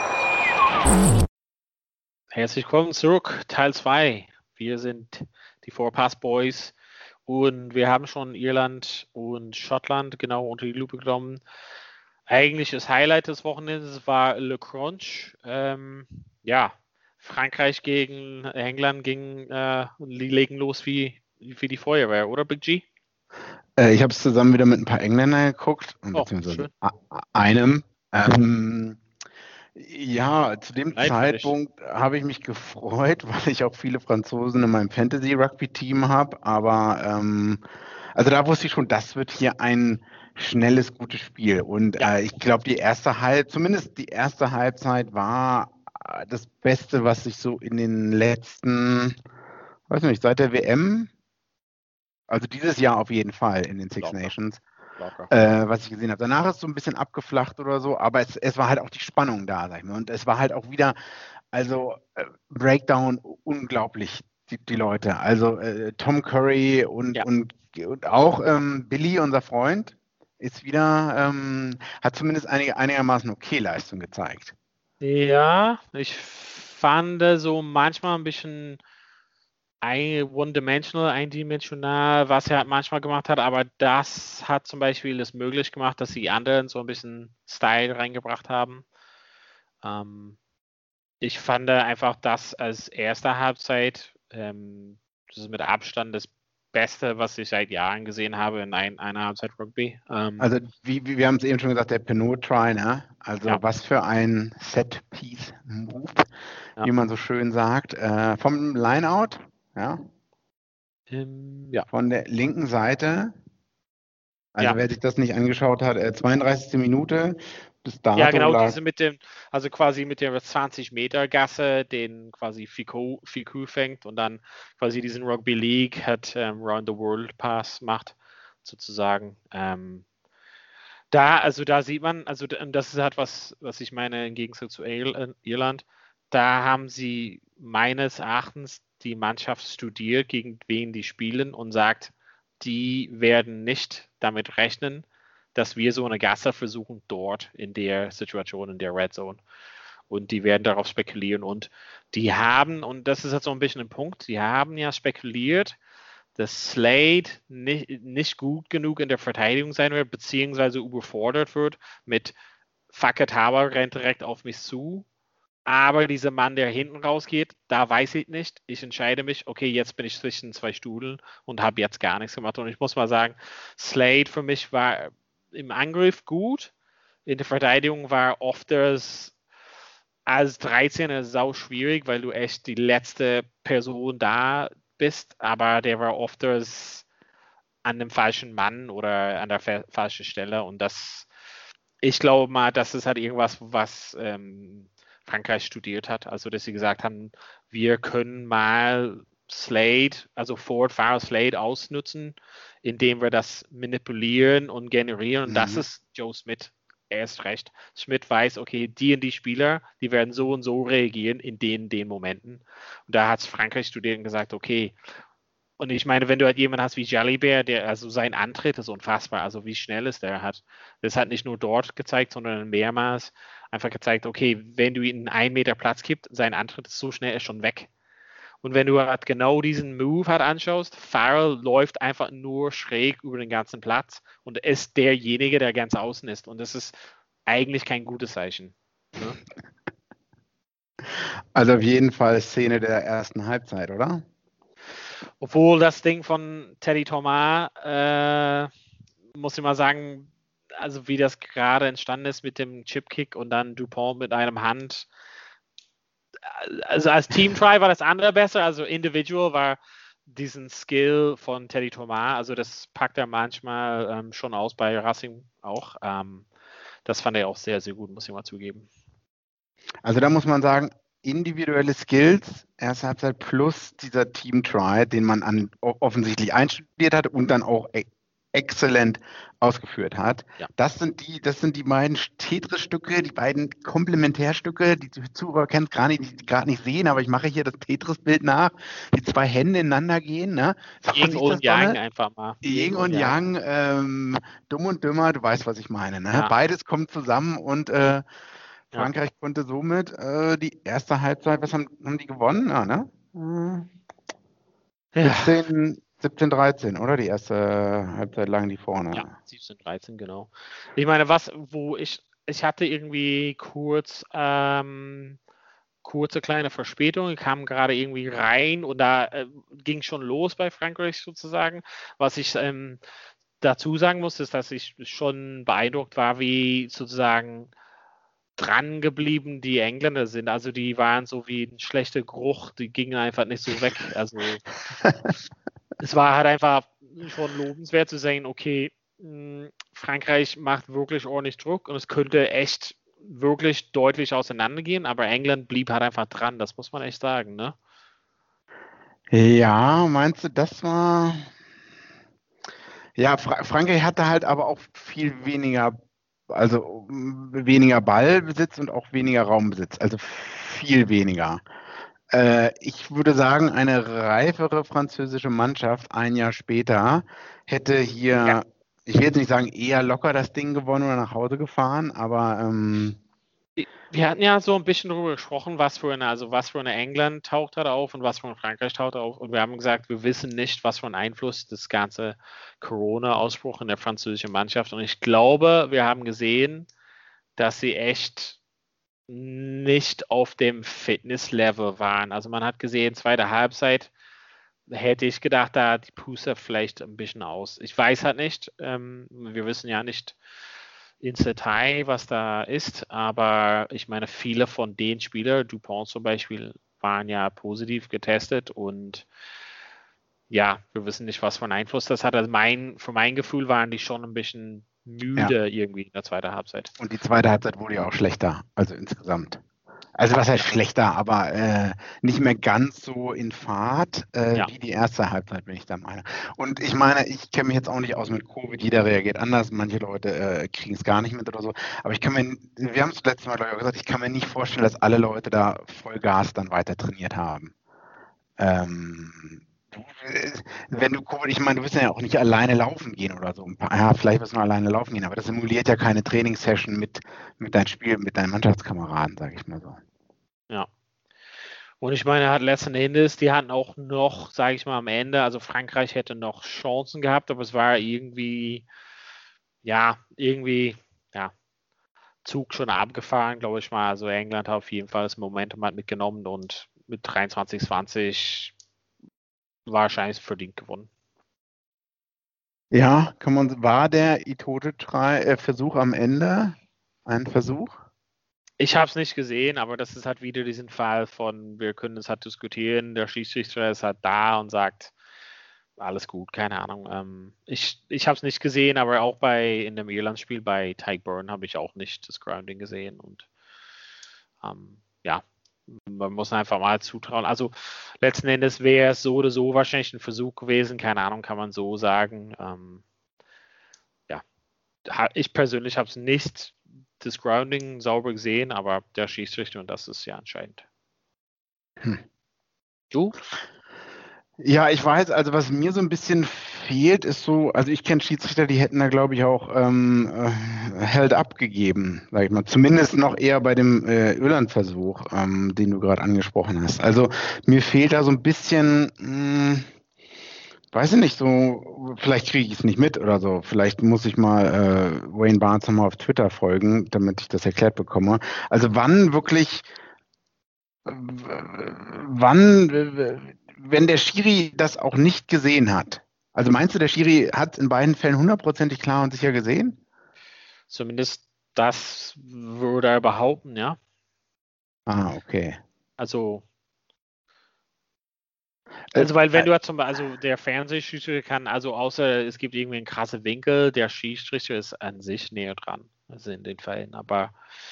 Herzlich willkommen zurück. Teil 2. Wir sind die Vorpass Boys. Und wir haben schon Irland und Schottland genau unter die Lupe genommen. Eigentlich das Highlight des Wochenendes war Le Crunch. Frankreich gegen England die legen los wie die Feuerwehr, oder Big G? Ich habe es zusammen wieder mit ein paar Engländern geguckt. Beziehungsweise einem. Zu dem Zeitpunkt habe ich mich gefreut, weil ich auch viele Franzosen in meinem Fantasy-Rugby-Team habe. Aber also da wusste ich schon, das wird hier ein schnelles, gutes Spiel. Und ich glaube, zumindest die erste Halbzeit war das Beste, was ich so in den letzten, weiß nicht, seit der WM, also dieses Jahr auf jeden Fall in den Six Nations, was ich gesehen habe. Danach ist es so ein bisschen abgeflacht oder so, aber es war halt auch die Spannung da, sag ich mal. Und es war halt auch wieder, also Breakdown unglaublich, die Leute. Also Tom Curry und auch Billy, unser Freund, ist wieder, hat zumindest einigermaßen okay Leistung gezeigt. Ja, ich fand so manchmal ein bisschen eindimensional, was er halt manchmal gemacht hat, aber das hat zum Beispiel es möglich gemacht, dass die anderen so ein bisschen Style reingebracht haben. Ich fand einfach das als erste Halbzeit, das ist mit Abstand das Beste, was ich seit Jahren gesehen habe in einer Halbzeit Rugby. Also wie wir haben es eben schon gesagt, der Pinot-Try, ne? Also was für ein Set-Piece-Move, wie man so schön sagt. Vom Lineout, von der linken Seite. Also wer sich das nicht angeschaut hat, 32. Minute. Bis dato ja, genau, diese quasi mit der 20-Meter-Gasse, den quasi Ficou fängt und dann quasi diesen Rugby League hat Round the World Pass macht, sozusagen. Da sieht man, also das ist halt was ich meine, im Gegensatz zu Irland, da haben sie meines Erachtens die Mannschaft studiert, gegen wen die spielen und sagt, die werden nicht damit rechnen, dass wir so eine Gasse versuchen dort in der Situation, in der Red Zone. Und die werden darauf spekulieren. Und die haben, und das ist jetzt so ein bisschen ein Punkt, die haben ja spekuliert, dass Slade nicht gut genug in der Verteidigung sein wird, beziehungsweise überfordert wird mit Fakatawa rennt direkt auf mich zu. Aber dieser Mann, der hinten rausgeht, da weiß ich nicht. Ich entscheide mich, okay, jetzt bin ich zwischen zwei Stühlen und habe jetzt gar nichts gemacht. Und ich muss mal sagen, Slade für mich war im Angriff gut. In der Verteidigung war oft als 13er sau schwierig, weil du echt die letzte Person da bist, aber der war oft an dem falschen Mann oder an der falschen Stelle und ich glaube mal, das ist halt irgendwas, was Frankreich studiert hat, also dass sie gesagt haben, wir können mal Slade, also Forward Slade ausnutzen, indem wir das manipulieren und generieren. Und das ist Joe Schmidt erst recht. Schmidt weiß, okay, die Spieler, die werden so und so reagieren in den Momenten. Und da hat Frankreich studiert und gesagt, okay, und ich meine, wenn du halt jemanden hast wie Jalibert, also sein Antritt ist unfassbar, also wie schnell ist der hat. Das hat nicht nur dort gezeigt, sondern mehrmals einfach gezeigt, okay, wenn du ihm 1 Meter Platz gibst, sein Antritt ist so schnell, er ist schon weg. Und wenn du halt genau diesen Move halt anschaust, Farrell läuft einfach nur schräg über den ganzen Platz und ist derjenige, der ganz außen ist. Und das ist eigentlich kein gutes Zeichen. Ne? Also auf jeden Fall Szene der ersten Halbzeit, oder? Obwohl das Ding von Teddy Thomas, muss ich mal sagen, also wie das gerade entstanden ist mit dem Chipkick und dann Dupont mit einem Hand. Also als Team-Try war das andere besser, also individual war diesen Skill von Teddy Thomas, also das packt er manchmal schon aus bei Racing auch. Das fand er auch sehr, sehr gut, muss ich mal zugeben. Also da muss man sagen, individuelle Skills, erste Halbzeit plus dieser Team-Try, den man offensichtlich einstudiert hat und dann auch exzellent ausgeführt hat. Ja. Das sind die beiden Tetris-Stücke, die beiden Komplementärstücke, die Zuhörer können es gerade nicht sehen, aber ich mache hier das Tetris-Bild nach, die zwei Hände ineinander gehen. Ne? Yin und Yang einfach mal. Yin und Yang, dumm und dümmer, du weißt, was ich meine. Ne? Ja. Beides kommt zusammen und Frankreich konnte somit die erste Halbzeit, was haben die gewonnen? Ja, ne? 17-13, oder? Die erste Halbzeit lagen die vorne. Ja, 17-13, genau. Ich meine, ich hatte irgendwie kurze kleine Verspätung, ich kam gerade irgendwie rein und da ging schon los bei Frankreich sozusagen. Was ich dazu sagen muss, ist, dass ich schon beeindruckt war, wie sozusagen dran geblieben die Engländer sind. Also die waren so wie ein schlechter Geruch, die gingen einfach nicht so weg. Also es war halt einfach schon lobenswert zu sehen, okay, Frankreich macht wirklich ordentlich Druck und es könnte echt wirklich deutlich auseinandergehen, aber England blieb halt einfach dran, das muss man echt sagen, ne? Ja, meinst du, das war... Ja, Frankreich hatte halt aber auch viel weniger, also weniger Ballbesitz und auch weniger Raumbesitz, also viel weniger. Ich würde sagen, eine reifere französische Mannschaft ein Jahr später hätte hier, ich will jetzt nicht sagen, eher locker das Ding gewonnen oder nach Hause gefahren, aber wir hatten ja so ein bisschen darüber gesprochen, was für eine England taucht da auf und was für ein Frankreich taucht da auf. Und wir haben gesagt, wir wissen nicht, was für einen Einfluss das ganze Corona-Ausbruch in der französischen Mannschaft. Und ich glaube, wir haben gesehen, dass sie echt nicht auf dem Fitness-Level waren. Also man hat gesehen, zweite Halbzeit hätte ich gedacht, da die Puste vielleicht ein bisschen aus. Ich weiß halt nicht. Wir wissen ja nicht ins Detail, was da ist, aber ich meine, viele von den Spielern, Dupont zum Beispiel, waren ja positiv getestet und ja, wir wissen nicht, was für einen Einfluss das hat. Also für mein Gefühl waren die schon ein bisschen müde irgendwie in der zweiten Halbzeit. Und die zweite Halbzeit wurde ja auch schlechter, also insgesamt. Also was heißt schlechter, aber nicht mehr ganz so in Fahrt wie die erste Halbzeit, bin ich der Meinung. Und ich meine, ich kenne mich jetzt auch nicht aus mit Covid, jeder reagiert anders, manche Leute kriegen es gar nicht mit oder so. Aber wir haben es letztes Mal, glaube ich, auch gesagt, ich kann mir nicht vorstellen, dass alle Leute da Vollgas dann weiter trainiert haben. Wenn du Covid, ich meine, du wirst ja auch nicht alleine laufen gehen oder so. Ja, vielleicht wirst du nur alleine laufen gehen, aber das simuliert ja keine Trainingssession mit deinen Mannschaftskameraden, sage ich mal so. Ja. Und ich meine, letzten Endes, die hatten auch noch, sage ich mal, am Ende, also Frankreich hätte noch Chancen gehabt, aber es war irgendwie, Zug schon abgefahren, glaube ich mal. Also England hat auf jeden Fall das Momentum mitgenommen und mit 23-20 wahrscheinlich verdient gewonnen. Ja, war der Itote-Versuch am Ende ein Versuch? Ich habe es nicht gesehen, aber das ist halt wieder diesen Fall von, wir können es halt diskutieren, der Schiedsrichter ist halt da und sagt, alles gut, keine Ahnung. Ich habe es nicht gesehen, aber auch in dem Irland-Spiel bei Tyke Byrne habe ich auch nicht das Grounding gesehen und man muss einfach mal zutrauen. Also letzten Endes wäre es so oder so wahrscheinlich ein Versuch gewesen, keine Ahnung, kann man so sagen. Ich persönlich habe es nicht das Grounding sauber gesehen, aber der Schiedsrichter und das ist ja entscheidend. Du? Ja, ich weiß, also was mir so ein bisschen fehlt, ist so, also ich kenne Schiedsrichter, die hätten da glaube ich auch Held abgegeben, sag ich mal. Zumindest noch eher bei dem Irland-Versuch, den du gerade angesprochen hast. Also mir fehlt da so ein bisschen, weiß ich nicht, so, vielleicht kriege ich es nicht mit oder so. Vielleicht muss ich mal Wayne Barnes nochmal auf Twitter folgen, damit ich das erklärt bekomme. Also wenn der Schiri das auch nicht gesehen hat. Also meinst du, der Schiri hat es in beiden Fällen hundertprozentig klar und sicher gesehen? Zumindest das würde er behaupten, ja. Ah, okay. Also weil wenn du also der Fernsehschiedsrichter kann, also außer es gibt irgendwie einen krassen Winkel, der Schiedsrichter ist an sich näher dran, also in den Fällen, aber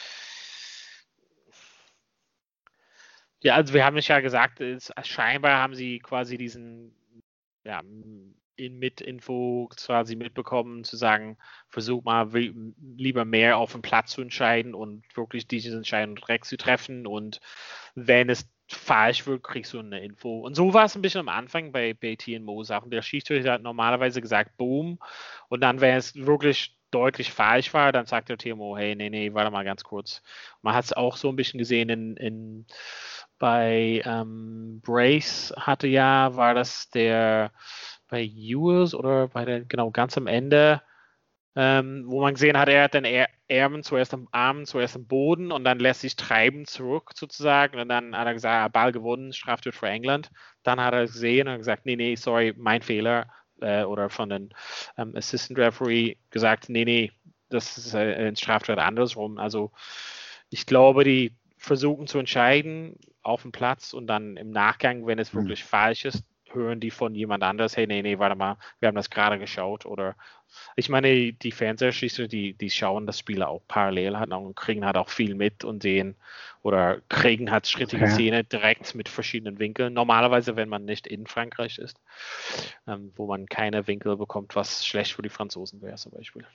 ja, also wir haben es ja gesagt, scheinbar haben sie quasi diesen mit Info quasi mitbekommen, zu sagen, versuch mal lieber mehr auf dem Platz zu entscheiden und wirklich diese Entscheidung direkt zu treffen und wenn es falsch wird, kriegst du eine Info. Und so war es ein bisschen am Anfang bei TMO-Sachen. Der Schiedsrichter hat normalerweise gesagt, boom, und dann, wenn es wirklich deutlich falsch war, dann sagt der TMO, hey, nee, warte mal ganz kurz. Man hat es auch so ein bisschen gesehen bei Brace war das bei Ewells oder ganz am Ende, wo man gesehen hat, er hat den Arm zuerst am Boden und dann lässt sich treiben zurück sozusagen und dann hat er gesagt, Ball gewonnen, Straftat für England. Dann hat er gesehen und gesagt, nee, sorry, mein Fehler. Oder von den Assistant Referee gesagt, nee, das ist ein Straftat andersrum. Also ich glaube, die versuchen zu entscheiden auf dem Platz und dann im Nachgang, wenn es wirklich falsch ist, hören die von jemand anders, hey, nee, warte mal, wir haben das gerade geschaut. Oder ich meine, die Fernseherschließer, die schauen das Spiel auch parallel halt und kriegen halt auch viel mit und sehen oder kriegen halt schrittige Szene direkt mit verschiedenen Winkeln. Normalerweise, wenn man nicht in Frankreich ist, wo man keine Winkel bekommt, was schlecht für die Franzosen wäre zum Beispiel.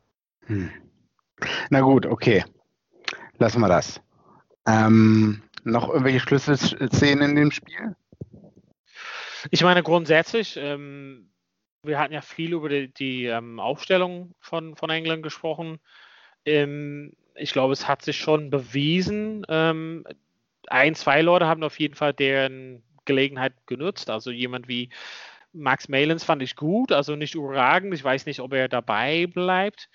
Na gut, okay. Lassen wir das. Noch irgendwelche Schlüsselszenen in dem Spiel? Ich meine, grundsätzlich, wir hatten ja viel über die Aufstellung von England gesprochen. Ich glaube, es hat sich schon bewiesen. 2 Leute haben auf jeden Fall deren Gelegenheit genutzt. Also jemand wie Max Malins fand ich gut, also nicht überragend. Ich weiß nicht, ob er dabei bleibt.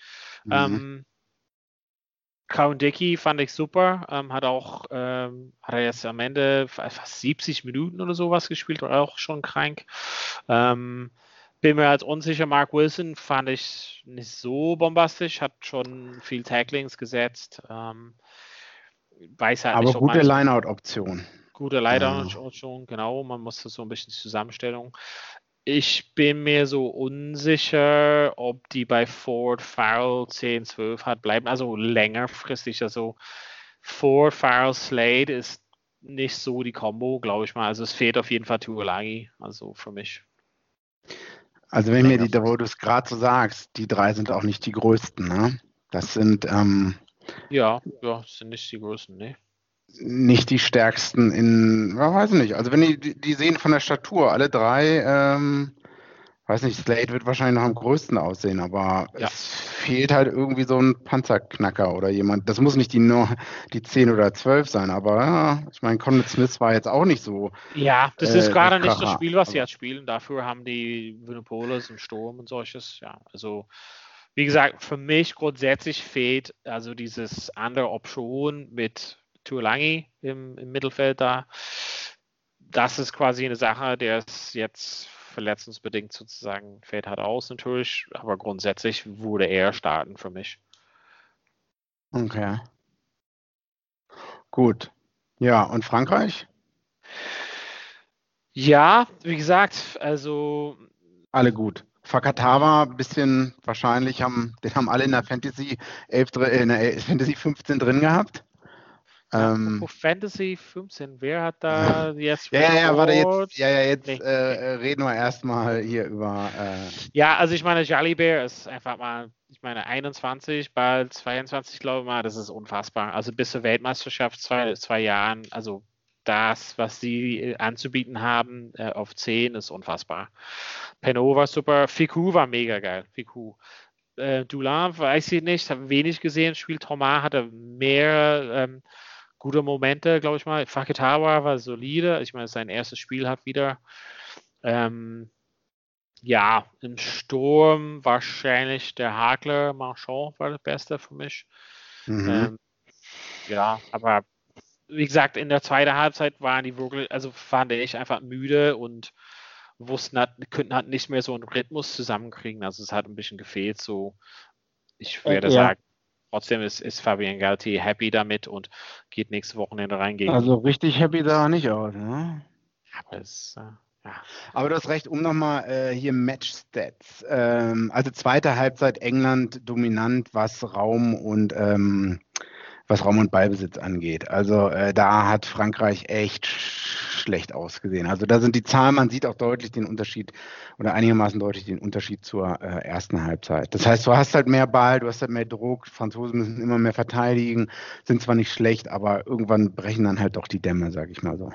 Cowan-Dickie fand ich super, hat er jetzt am Ende fast 70 Minuten oder sowas gespielt, war auch schon krank. Bin mir als unsicher, Mark Wilson fand ich nicht so bombastisch, hat schon viel Tacklings gesetzt. Weiß halt aber nicht, gute Lineout-Option. Gute Lineout-Option, genau, man muss das so ein bisschen Zusammenstellung. Ich bin mir so unsicher, ob die bei Ford, Farrell 10, 12 hat bleiben. Also längerfristig. Also Ford, Farrell, Slade ist nicht so die Kombo, glaube ich mal. Also es fehlt auf jeden Fall Tuolagi. Also für mich. Also wenn mir wo du es gerade so sagst, die 3 sind auch nicht die größten, ne? Das sind ja, sind nicht die größten, ne? Nicht die stärksten weiß ich nicht. Also wenn die sehen von der Statur, alle 3, weiß nicht, Slade wird wahrscheinlich noch am größten aussehen, aber es fehlt halt irgendwie so ein Panzerknacker oder jemand. Das muss nicht nur die 10 oder 12 sein, aber ich meine, Conrad Smith war jetzt auch nicht so. Ja, das ist gerade nicht das Spiel, was sie jetzt spielen. Dafür haben die Vinopolis und Sturm und solches. Ja, also wie gesagt, für mich grundsätzlich fehlt also dieses andere Option mit Tuolagi im Mittelfeld da. Das ist quasi eine Sache, der ist jetzt verletzungsbedingt sozusagen, fällt halt aus natürlich, aber grundsätzlich würde er starten für mich. Okay. Gut. Ja, und Frankreich? Ja, wie gesagt, also alle gut. Fakatawa ein bisschen wahrscheinlich, den haben alle in der Fantasy 15 drin gehabt. Fantasy 15, wer hat da jetzt reden wir erstmal hier über ja, also ich meine, Jalibert ist einfach mal, ich meine 21, bald 22, glaube ich mal, das ist unfassbar. Also bis zur Weltmeisterschaft 2 Jahren, also das, was sie anzubieten haben auf 10, ist unfassbar. Penaud war super, Ficou war mega geil, Ficou. Dulin, weiß ich nicht, habe wenig gesehen, spielt Thomas, hatte mehr gute Momente, glaube ich mal. Fakatawa war solide. Ich meine, sein erstes Spiel hat wieder. Ja, im Sturm wahrscheinlich der Hagler, Marchand war das Beste für mich. Ja, aber wie gesagt, in der zweiten Halbzeit waren die wirklich, also fand ich einfach müde und könnten halt nicht mehr so einen Rhythmus zusammenkriegen. Also es hat ein bisschen gefehlt. So, ich werde sagen, trotzdem ist Fabien Galtier happy damit und geht nächste Wochenende rein gegen. Also richtig happy sah er nicht aus, ne? Ja. Aber du hast recht, nochmal hier Match-Stats. Also zweite Halbzeit England dominant, was Raum und Ballbesitz angeht. Also da hat Frankreich echt schlecht ausgesehen. Also da sind die Zahlen, man sieht auch deutlich den Unterschied oder einigermaßen deutlich den Unterschied zur ersten Halbzeit. Das heißt, du hast halt mehr Ball, du hast halt mehr Druck, Franzosen müssen immer mehr verteidigen, sind zwar nicht schlecht, aber irgendwann brechen dann halt doch die Dämme, sag ich mal so.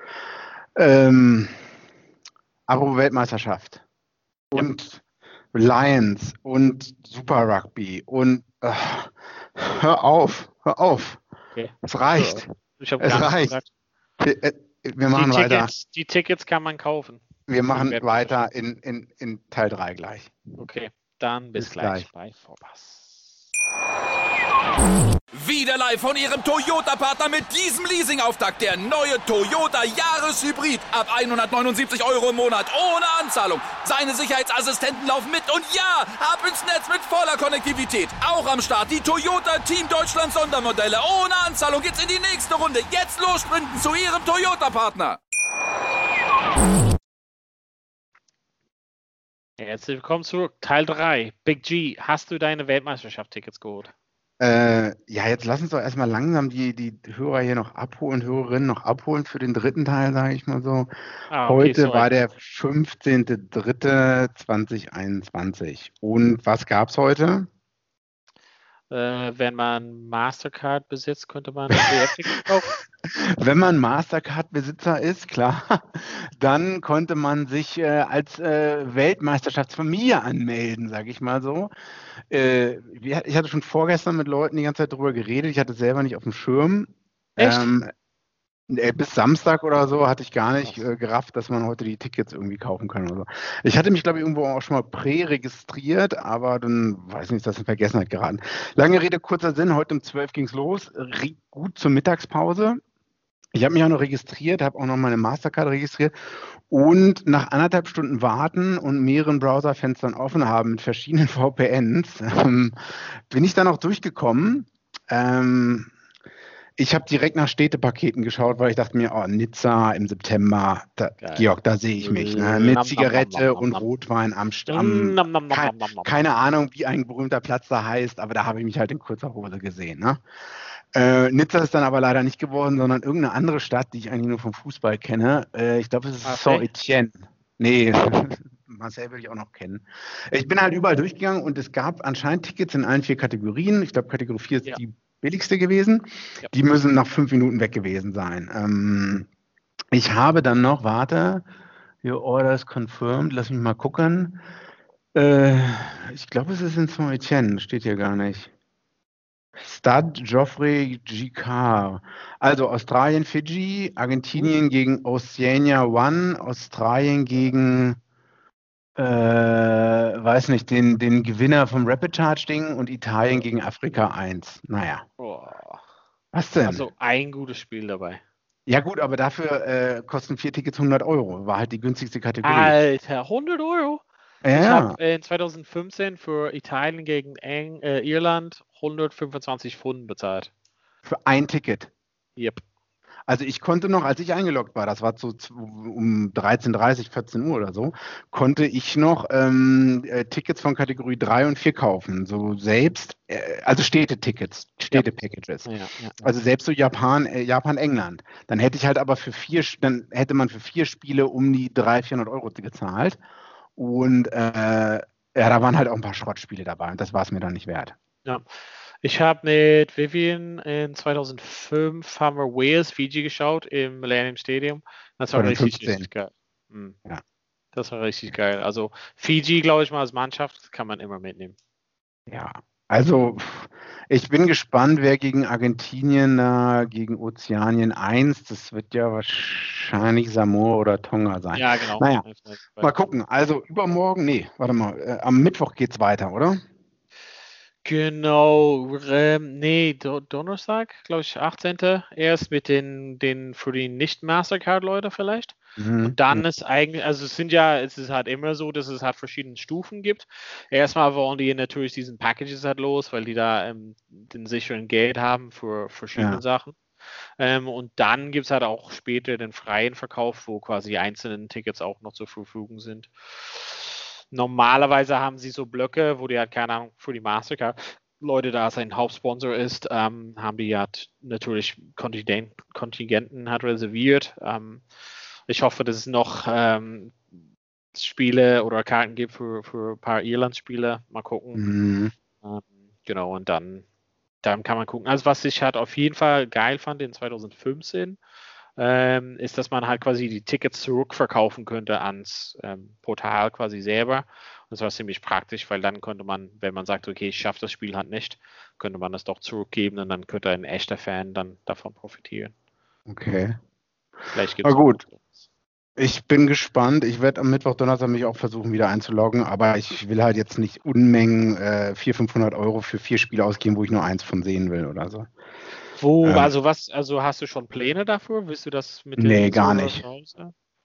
Aber Weltmeisterschaft und Lions und Super Rugby und hör auf. Okay. Es reicht. Es reicht. Wir machen weiter. Die Tickets kann man kaufen. Wir machen weiter in Teil 3 gleich. Okay, dann bis gleich bei Vorpass. Wieder live von Ihrem Toyota-Partner mit diesem Leasing-Auftakt. Der neue Toyota Jahreshybrid. Ab 179 € im Monat. Ohne Anzahlung. Seine Sicherheitsassistenten laufen mit. Und ja, ab ins Netz mit voller Konnektivität. Auch am Start die Toyota Team Deutschland Sondermodelle. Ohne Anzahlung geht's in die nächste Runde. Jetzt los sprinten zu Ihrem Toyota-Partner. Herzlich willkommen zu Teil 3. Big G, hast du deine Weltmeisterschaft-Tickets geholt? Jetzt lass uns doch erstmal langsam die Hörer hier noch abholen, Hörerinnen noch abholen für den dritten Teil, sage ich mal so. Okay, Heute war der 15.03.2021. Und was gab es heute? Wenn man Mastercard besitzt, könnte man WF-Tickets kaufen. Wenn man Mastercard-Besitzer ist, klar, dann konnte man sich als Weltmeisterschaftsfamilie anmelden, sage ich mal so. Ich hatte schon vorgestern mit Leuten die ganze Zeit drüber geredet. Ich hatte es selber nicht auf dem Schirm. Echt? Bis Samstag oder so hatte ich gar nicht gerafft, dass man heute die Tickets irgendwie kaufen kann oder so. Ich hatte mich, glaube ich, irgendwo auch schon mal prä-registriert, aber dann, weiß nicht, ist das in Vergessenheit geraten. Lange Rede, kurzer Sinn, heute um 12 ging es los, gut zur Mittagspause. Ich habe mich auch noch registriert, habe auch noch meine Mastercard registriert und nach 1,5 Stunden Warten und mehreren Browserfenstern offen haben mit verschiedenen VPNs, bin ich dann auch durchgekommen. Ich habe direkt nach Städtepaketen geschaut, weil ich dachte mir, Nizza im September, Georg, da sehe ich mich. Ne? Eine Zigarette und Rotwein am keine Ahnung, wie ein berühmter Platz da heißt, aber da habe ich mich halt in kurzer Hose gesehen. Ne? Nizza ist dann aber leider nicht geworden, sondern irgendeine andere Stadt, die ich eigentlich nur vom Fußball kenne. Ich glaube, es ist Saint-Étienne. Nee, Marseille würde ich auch noch kennen. Ich bin halt überall durchgegangen und es gab anscheinend Tickets in allen 4 Kategorien. Ich glaube, Kategorie 4 ist die billigste gewesen. Ja. Die müssen nach 5 Minuten weg gewesen sein. Ich habe dann noch, your order is confirmed, lass mich mal gucken. Ich glaube, es ist in Saint-Étienne, steht hier gar nicht. Stade Geoffrey Gicquard. Also Australien, Fidschi, Argentinien gegen Oceania One, Australien gegen weiß nicht, den Gewinner vom Rapid Charge Ding und Italien gegen Afrika 1. Naja. Was denn? Also ein gutes Spiel dabei. Ja gut, aber dafür kosten 4 Tickets 100 Euro. War halt die günstigste Kategorie. Alter, 100 Euro? Ja. Ich habe in 2015 für Italien gegen Irland 125 Pfund bezahlt. Für ein Ticket? Yep. Also ich konnte noch, als ich eingeloggt war, das war so um 13:30, 14 Uhr oder so, konnte ich noch Tickets von Kategorie 3 und 4 kaufen. So selbst, also Städte-Tickets, Städte-Packages. Ja. Also selbst so Japan, England. Dann hätte ich halt aber dann hätte man für 4 Spiele um die 300-400 Euro gezahlt. Und da waren halt auch ein paar Schrottspiele dabei und das war es mir dann nicht wert. Ja. Ich habe mit Vivian in 2005 haben wir Wales, Fiji geschaut im Millennium Stadium. Das war richtig geil. Ja. Das war richtig geil. Also Fiji, glaube ich mal, als Mannschaft kann man immer mitnehmen. Ja, also ich bin gespannt, wer gegen Argentinien, gegen Ozeanien 1, das wird ja wahrscheinlich Samoa oder Tonga sein. Ja, genau. Naja, mal gucken. Also übermorgen, am Mittwoch geht's weiter, oder? Genau, Donnerstag, glaube ich, 18. Erst mit den für die Nicht-Mastercard-Leute vielleicht. Und dann ist eigentlich, also es ist halt immer so, dass es halt verschiedene Stufen gibt. Erstmal wollen die natürlich diesen Packages halt los, weil die da den sicheren Geld haben für verschiedene Sachen. Und dann gibt es halt auch später den freien Verkauf, wo quasi einzelne Tickets auch noch zur Verfügung sind. Normalerweise haben sie so Blöcke, wo die halt, keine Ahnung, für die Mastercard-Leute, da sein Hauptsponsor ist, haben die halt natürlich Kontingenten hat reserviert. Ich hoffe, dass es noch Spiele oder Karten gibt für ein paar Irland-Spiele. Mal gucken. Genau, und dann kann man gucken. Also was ich halt auf jeden Fall geil fand in 2015, ist, dass man halt quasi die Tickets zurückverkaufen könnte ans Portal quasi selber. Das war ziemlich praktisch, weil dann konnte man, wenn man sagt, okay, ich schaffe das Spiel halt nicht, könnte man das doch zurückgeben und dann könnte ein echter Fan dann davon profitieren. Okay. Vielleicht gibt's gut. Ich bin gespannt. Ich werde am Mittwoch, Donnerstag mich auch versuchen, wieder einzuloggen, aber ich will halt jetzt nicht Unmengen 400-500 Euro für 4 Spiele ausgeben, wo ich nur eins von sehen will oder so. Also hast du schon Pläne dafür? Willst du das mit dem? Nee, gar nicht.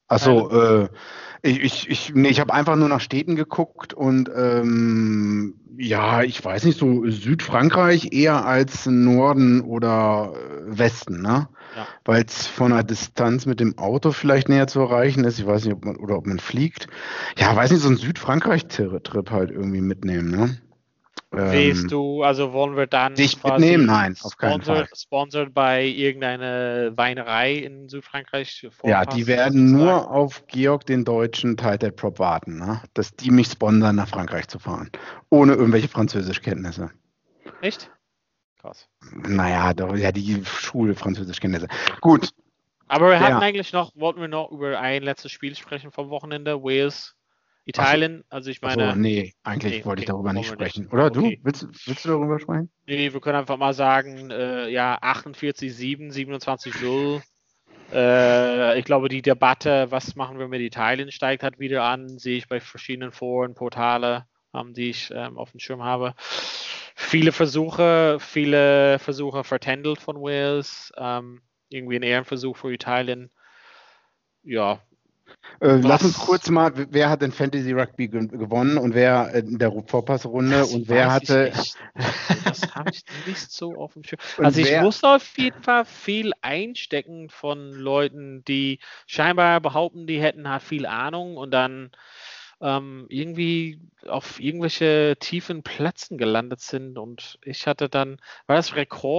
Achso, ich habe einfach nur nach Städten geguckt und ja, ich weiß nicht, so Südfrankreich eher als Norden oder Westen, ne? Ja. Weil es von der Distanz mit dem Auto vielleicht näher zu erreichen ist. Ich weiß nicht, ob man fliegt. Ja, weiß nicht, so ein Südfrankreich-Trip halt irgendwie mitnehmen, ne? Willst du, also wollen wir dann dich quasi mitnehmen? Nein, auf keinen Fall. Sponsored bei irgendeiner Weinerei in Südfrankreich? Ja, die werden nur auf Georg den Deutschen Title Prop warten, ne? Dass die mich sponsern, nach Frankreich zu fahren. Ohne irgendwelche Französischkenntnisse. Echt? Krass. Naja, doch, ja, die Schul-Französischkenntnisse. Gut. Aber wir hatten eigentlich wollten wir noch über ein letztes Spiel sprechen vom Wochenende, Wales, Italien. Also ich meine. Nee, eigentlich wollte ich darüber nicht sprechen. Oder okay. Du? Willst du darüber sprechen? Nee, wir können einfach mal sagen, 48-7, 27-0. Ich glaube, die Debatte, was machen wir mit Italien, steigt halt wieder an, sehe ich bei verschiedenen Foren, Portale, die ich auf dem Schirm habe. Viele Versuche vertändelt von Wales, irgendwie ein Ehrenversuch für Italien. Ja. Lass uns kurz mal, wer hat denn Fantasy Rugby gewonnen und wer in der Vorpassrunde und wer hatte. Das habe ich nicht so auf dem Schirm. Also ich wusste auf jeden Fall viel einstecken von Leuten, die scheinbar behaupten, die hätten halt viel Ahnung und dann irgendwie auf irgendwelche tiefen Plätzen gelandet sind und ich hatte dann, war das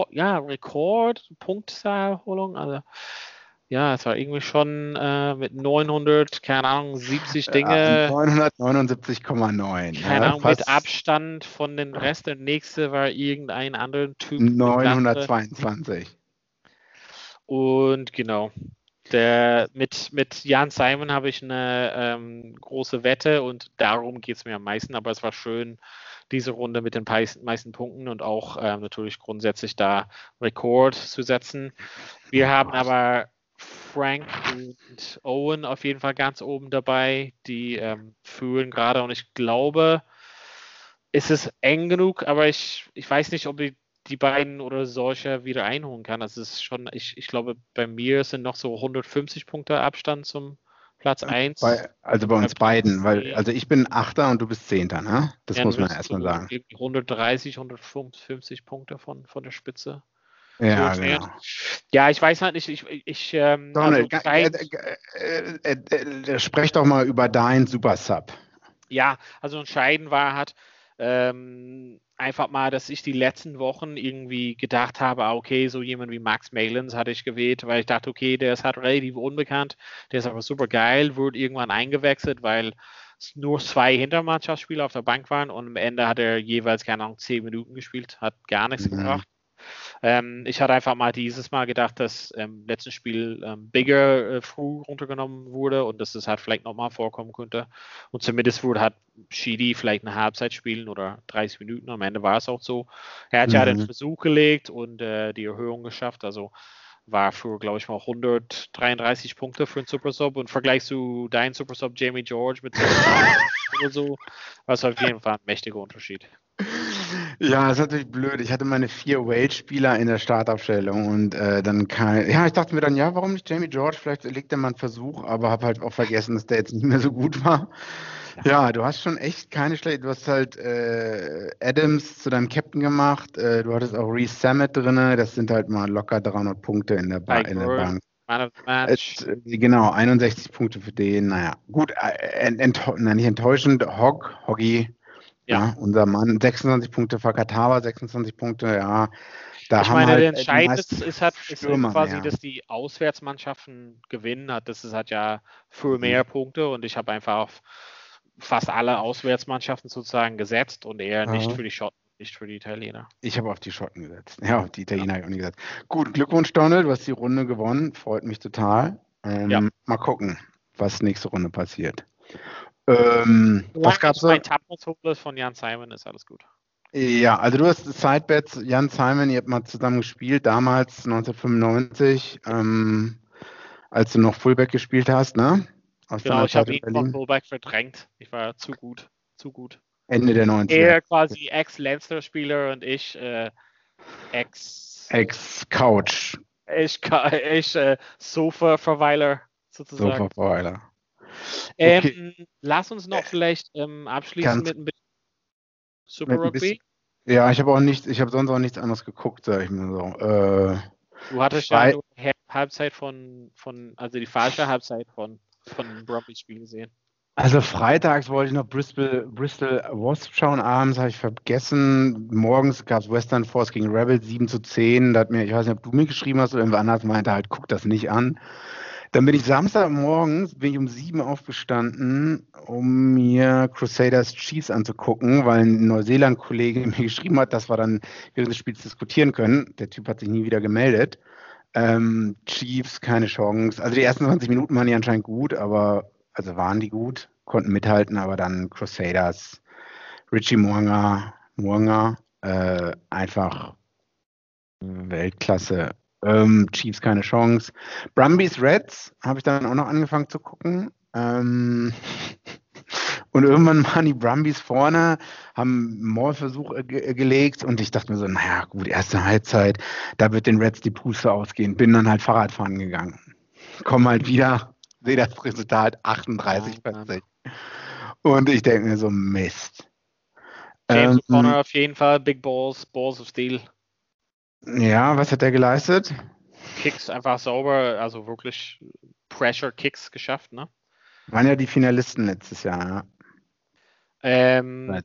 Rekord-Punktzahlholung, also ja, es war irgendwie schon mit 900, keine Ahnung, 70 Dinge. 979,9. Keine Ahnung, mit Abstand von den Rest. Der nächste war irgendein anderer Typ. 922. Und genau. Mit Jan Simon habe ich eine große Wette und darum geht es mir am meisten. Aber es war schön, diese Runde mit den meisten Punkten und auch natürlich grundsätzlich da Rekord zu setzen. Wir haben aber Frank und Owen auf jeden Fall ganz oben dabei, die fühlen gerade und ich glaube, es ist eng genug, aber ich weiß nicht, ob die beiden oder solche wieder einholen kann. Das ist schon, ich glaube, bei mir sind noch so 150 Punkte Abstand zum Platz 1. Also bei uns beiden, weil also ich bin 8. und du bist 10. Ne? Das muss man erstmal sagen. 130, 150 Punkte von der Spitze. Ja, so genau. Ja, ich weiß halt nicht, Donald, sprech doch mal über dein Super Sub. Ja, also entscheidend war halt einfach mal, dass ich die letzten Wochen irgendwie gedacht habe, okay, so jemand wie Max Malins hatte ich gewählt, weil ich dachte, okay, der ist halt relativ unbekannt, der ist aber super geil, wurde irgendwann eingewechselt, weil es nur 2 Hintermannschaftsspieler auf der Bank waren und am Ende hat er jeweils, keine Ahnung, 10 Minuten gespielt, hat gar nichts gebracht. Ich hatte einfach mal dieses Mal gedacht, dass im letzten Spiel Bigger früh runtergenommen wurde und dass es halt vielleicht nochmal vorkommen könnte. Und zumindest wurde halt Sheedy vielleicht eine Halbzeit spielen oder 30 Minuten. Am Ende war es auch so. Er hat ja den Versuch gelegt und die Erhöhung geschafft. Also war für, glaube ich mal, 133 Punkte für einen Super Sub und im Vergleich zu deinem Super Sub Jamie George mit oder so, war es auf jeden Fall ein mächtiger Unterschied. Ja, das ist natürlich blöd. Ich hatte meine 4 Wales-Spieler in der Startaufstellung und dann ich dachte mir dann, ja, warum nicht Jamie George? Vielleicht legt er mal einen Versuch, aber habe halt auch vergessen, dass der jetzt nicht mehr so gut war. Ja, du hast schon echt keine schlechte. Du hast halt Adams zu deinem Captain gemacht. Du hattest auch Reece Sammet drin. Das sind halt mal locker 300 Punkte in der Bank. Genau, 61 Punkte für den. Naja, gut, nicht enttäuschend. Hoggy. Ja, unser Mann, 26 Punkte, Fakatawa, 26 Punkte, ja. Da ich meine, der Entscheidende ist quasi, dass die Auswärtsmannschaften gewinnen. Das ist halt ja für mehr Punkte und ich habe einfach auf fast alle Auswärtsmannschaften sozusagen gesetzt und eher nicht für die Schotten, nicht für die Italiener. Ich habe auf die Schotten gesetzt. Ja, auf die Italiener habe ich auch nicht gesetzt. Gut, Glückwunsch, Donald, du hast die Runde gewonnen. Freut mich total. Mal gucken, was nächste Runde passiert. Was gab's so? Mein Tapmos von Jan Simon ist alles gut. Ja, also du hast Sidebets, Jan Simon, ihr habt mal zusammen gespielt, damals 1995, als du noch Fullback gespielt hast, ne? Genau, ich habe ihn von Fullback verdrängt. Ich war zu gut. Ende der 90er. Er quasi Ex-Leinster-Spieler und ich Ex-Couch. Ich Sofa-Verweiler. sozusagen. So Vorfeuler. Lass uns noch vielleicht abschließen mit ein bisschen Super Rugby. Ja, ich habe sonst auch nichts anderes geguckt, sag ich mal so. Du hattest ja nur Halbzeit also die falsche Halbzeit von Brumbies-Spiel gesehen. Also freitags wollte ich noch Bristol Wasps schauen, abends habe ich vergessen. Morgens gab es Western Force gegen Rebels 7-10. Da hat mir, ich weiß nicht, ob du mir geschrieben hast oder irgendwer anders meinte, halt, guck das nicht an. Dann bin ich Samstagmorgens, um 7 aufgestanden, um mir Crusaders Chiefs anzugucken, weil ein Neuseeland-Kollege mir geschrieben hat, dass wir dann während des Spiels diskutieren können. Der Typ hat sich nie wieder gemeldet. Chiefs, keine Chance. Also die ersten 20 Minuten waren die anscheinend gut, also waren die gut, konnten mithalten, aber dann Crusaders, Richie Mo'unga, einfach Weltklasse. Chiefs keine Chance. Brumbies Reds habe ich dann auch noch angefangen zu gucken. Und irgendwann waren die Brumbies vorne, haben einen Maulversuch gelegt und ich dachte mir so, naja gut, erste Halbzeit, da wird den Reds die Puste ausgehen. Bin dann halt Fahrradfahren gegangen. Komm halt wieder, sehe das Resultat 38-40. Und ich denke mir so, Mist. James O'Connor auf jeden Fall, Big Balls of Steel. Ja, was hat er geleistet? Kicks einfach sauber, also wirklich Pressure-Kicks geschafft, ne? Waren ja die Finalisten letztes Jahr, ja.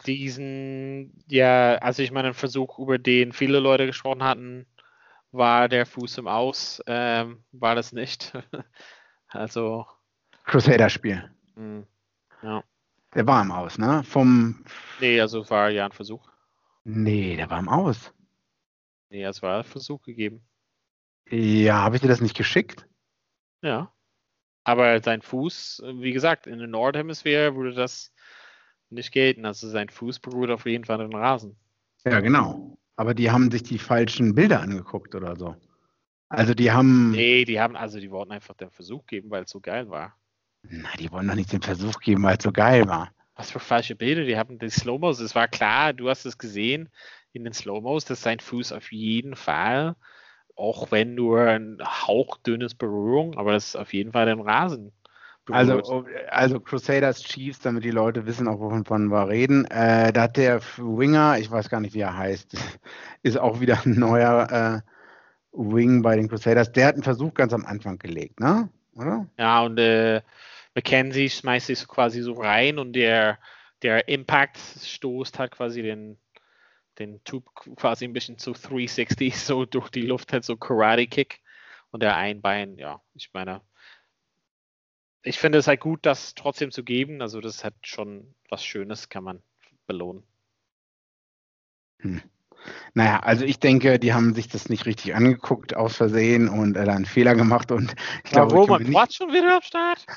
Also ich meine, ein Versuch, über den viele Leute gesprochen hatten, war der Fuß im Aus, war das nicht. Also. Crusader-Spiel. Ja. Der war im Aus, ne? Nee, also es war ja ein Versuch. Nee, der war im Aus. Nee, es war ein Versuch gegeben. Ja, habe ich dir das nicht geschickt? Ja. Aber sein Fuß, wie gesagt, in der Nordhemisphäre würde das nicht gelten. Also sein Fuß berührt auf jeden Fall den Rasen. Ja, genau. Aber die haben sich die falschen Bilder angeguckt oder so. Also die haben... Nee, die wollten einfach den Versuch geben, weil es so geil war. Na, die wollen doch nicht den Versuch geben, weil es so geil war. Was für falsche Bilder? Die haben die Slow-Mos. Es war klar, du hast es gesehen in den Slow-Mos, dass sein Fuß auf jeden Fall, auch wenn nur ein hauchdünnes Berührung, aber das ist auf jeden Fall den Rasen berührt. Also Crusaders Chiefs, damit die Leute wissen, auch wovon wir reden. Da hat der Winger, ich weiß gar nicht, wie er heißt, ist auch wieder ein neuer Wing bei den Crusaders. Der hat einen Versuch ganz am Anfang gelegt, ne? Oder? Ja, und McKenzie schmeißt sich quasi so rein und der Impact stoßt halt quasi den Typ quasi ein bisschen zu 360, so durch die Luft, halt so Karate-Kick und der Einbein, ja, ich meine, ich finde es halt gut, das trotzdem zu geben, also das hat schon was Schönes, kann man belohnen. Naja, also ich denke, die haben sich das nicht richtig angeguckt, aus Versehen und da einen Fehler gemacht und ich glaube... Roman Quatsch schon wieder am Start?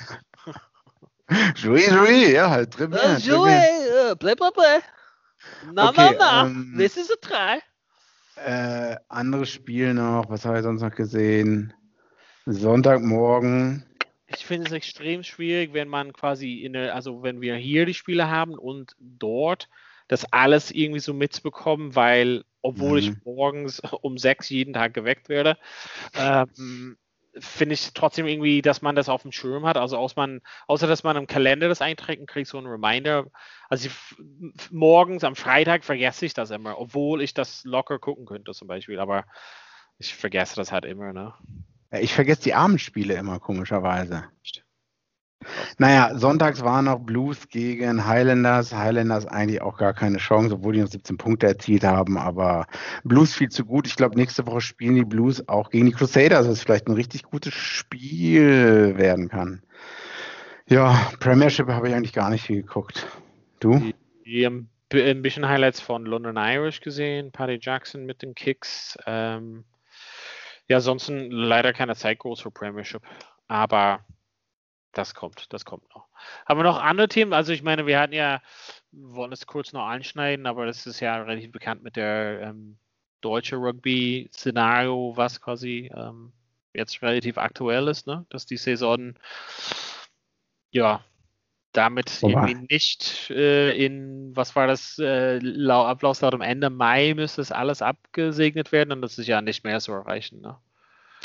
Joey, ja, halt drin. Joey, bleib. Na, this is a try. Anderes Spiel noch, was habe ich sonst noch gesehen? Sonntagmorgen. Ich finde es extrem schwierig, wenn man quasi wenn wir hier die Spiele haben und dort das alles irgendwie so mitzubekommen, weil, obwohl ich morgens um 6 jeden Tag geweckt werde, finde ich trotzdem irgendwie, dass man das auf dem Schirm hat, also außer dass man im Kalender das einträgt und kriegt so einen Reminder. Also morgens am Freitag vergesse ich das immer, obwohl ich das locker gucken könnte zum Beispiel, aber ich vergesse das halt immer, ne? Ja, ich vergesse die Abendspiele immer, komischerweise. Naja, sonntags war noch Blues gegen Highlanders. Highlanders eigentlich auch gar keine Chance, obwohl die noch 17 Punkte erzielt haben, aber Blues viel zu gut. Ich glaube, nächste Woche spielen die Blues auch gegen die Crusaders, was vielleicht ein richtig gutes Spiel werden kann. Ja, Premiership habe ich eigentlich gar nicht viel geguckt. Du? Die haben ein bisschen Highlights von London Irish gesehen, Paddy Jackson mit den Kicks. Ja, ansonsten leider keine Zeit groß für Premiership, aber das kommt noch. Haben wir noch andere Themen? Also ich meine, wir wollen es kurz noch anschneiden, aber das ist ja relativ bekannt mit der deutsche Rugby-Szenario, was quasi jetzt relativ aktuell ist, ne? Dass die Saison ja damit irgendwie nicht was war das, Ablaufdatum Ende Mai müsste es alles abgesegnet werden und das ist ja nicht mehr zu erreichen, ne?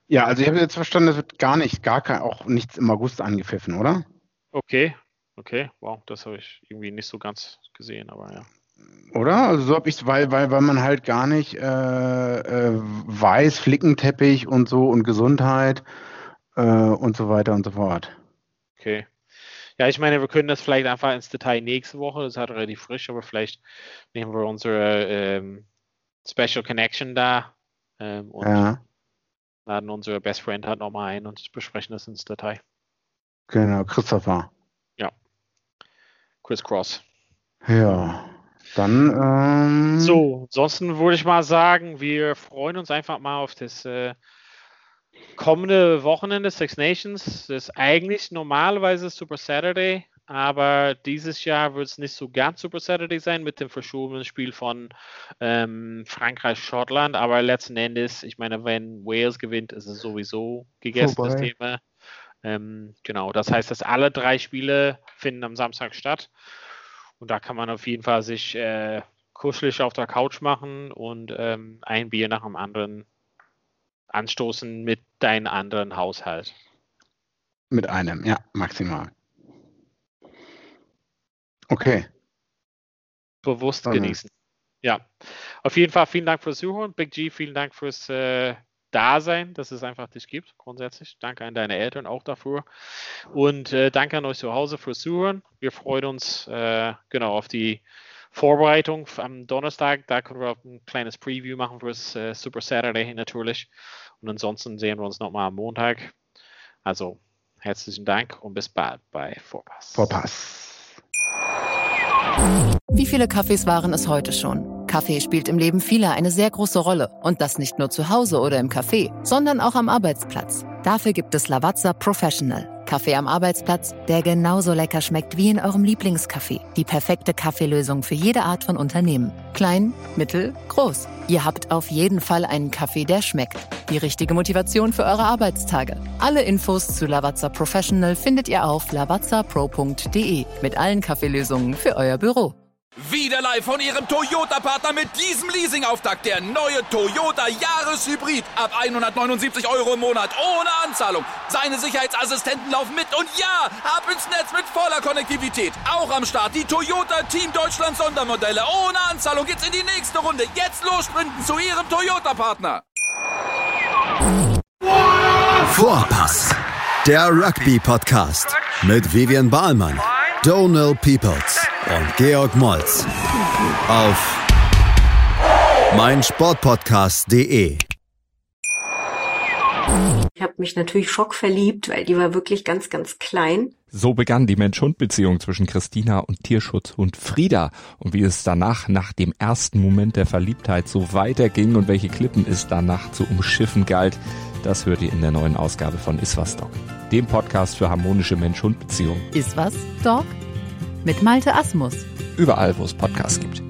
Ja, also ich habe jetzt verstanden, es wird auch nichts im August angepfiffen, oder? Okay, wow, das habe ich irgendwie nicht so ganz gesehen, aber ja. Oder? Also so habe ich es, weil man halt gar nicht weiß, Flickenteppich und so und Gesundheit und so weiter und so fort. Okay. Ja, ich meine, wir können das vielleicht einfach ins Detail nächste Woche, das ist halt relativ frisch, aber vielleicht nehmen wir unsere Special Connection da und laden unsere Best Friend halt nochmal ein und besprechen das ins Detail. Genau, Christopher. Ja. Chris Cross. Ja, dann. So, ansonsten würde ich mal sagen, wir freuen uns einfach mal auf das kommende Wochenende Six Nations. Das ist eigentlich normalerweise Super Saturday, aber dieses Jahr wird es nicht so ganz Super Saturday sein mit dem verschobenen Spiel von Frankreich-Schottland, aber letzten Endes, ich meine, wenn Wales gewinnt, ist es sowieso gegessen, das Thema. Genau, das heißt, dass alle 3 Spiele finden am Samstag statt und da kann man auf jeden Fall sich kuschelig auf der Couch machen und ein Bier nach dem anderen anstoßen mit deinem anderen Haushalt. Mit einem, ja, maximal. Okay. Bewusst genießen. Ja, auf jeden Fall vielen Dank fürs Zuhören. Big G, vielen Dank fürs Dasein, dass es einfach dich gibt, grundsätzlich. Danke an deine Eltern auch dafür. Und danke an euch zu Hause fürs Zuhören. Wir freuen uns auf die Vorbereitung am Donnerstag. Da können wir auch ein kleines Preview machen fürs Super Saturday natürlich. Und ansonsten sehen wir uns nochmal am Montag. Also herzlichen Dank und bis bald bei Vorpass. Wie viele Kaffees waren es heute schon? Kaffee spielt im Leben vieler eine sehr große Rolle. Und das nicht nur zu Hause oder im Café, sondern auch am Arbeitsplatz. Dafür gibt es Lavazza Professional. Kaffee am Arbeitsplatz, der genauso lecker schmeckt wie in eurem Lieblingscafé. Die perfekte Kaffeelösung für jede Art von Unternehmen. Klein, mittel, groß. Ihr habt auf jeden Fall einen Kaffee, der schmeckt. Die richtige Motivation für eure Arbeitstage. Alle Infos zu Lavazza Professional findet ihr auf lavazzapro.de mit allen Kaffeelösungen für euer Büro. Wieder live von Ihrem Toyota-Partner mit diesem Leasing-Auftakt. Der neue Toyota Jahreshybrid. Ab 179 € im Monat. Ohne Anzahlung. Seine Sicherheitsassistenten laufen mit. Und ja, ab ins Netz mit voller Konnektivität. Auch am Start die Toyota Team Deutschland Sondermodelle. Ohne Anzahlung geht's in die nächste Runde. Jetzt los sprinten zu Ihrem Toyota-Partner. Vorpass. Der Rugby-Podcast. Mit Vivian Bahlmann, Donald Peoples und Georg Moltz auf meinsportpodcast.de. Ich habe mich natürlich schockverliebt, weil die war wirklich ganz, ganz klein. So begann die Mensch-Hund-Beziehung zwischen Christina und Tierschutzhund Frieda. Und wie es danach, nach dem ersten Moment der Verliebtheit, so weiterging und welche Klippen es danach zu umschiffen galt, das hört ihr in der neuen Ausgabe von Iswas Dog, dem Podcast für harmonische Mensch-Hund-Beziehungen. Iswas Dog? Mit Malte Asmus. Überall, wo es Podcasts gibt.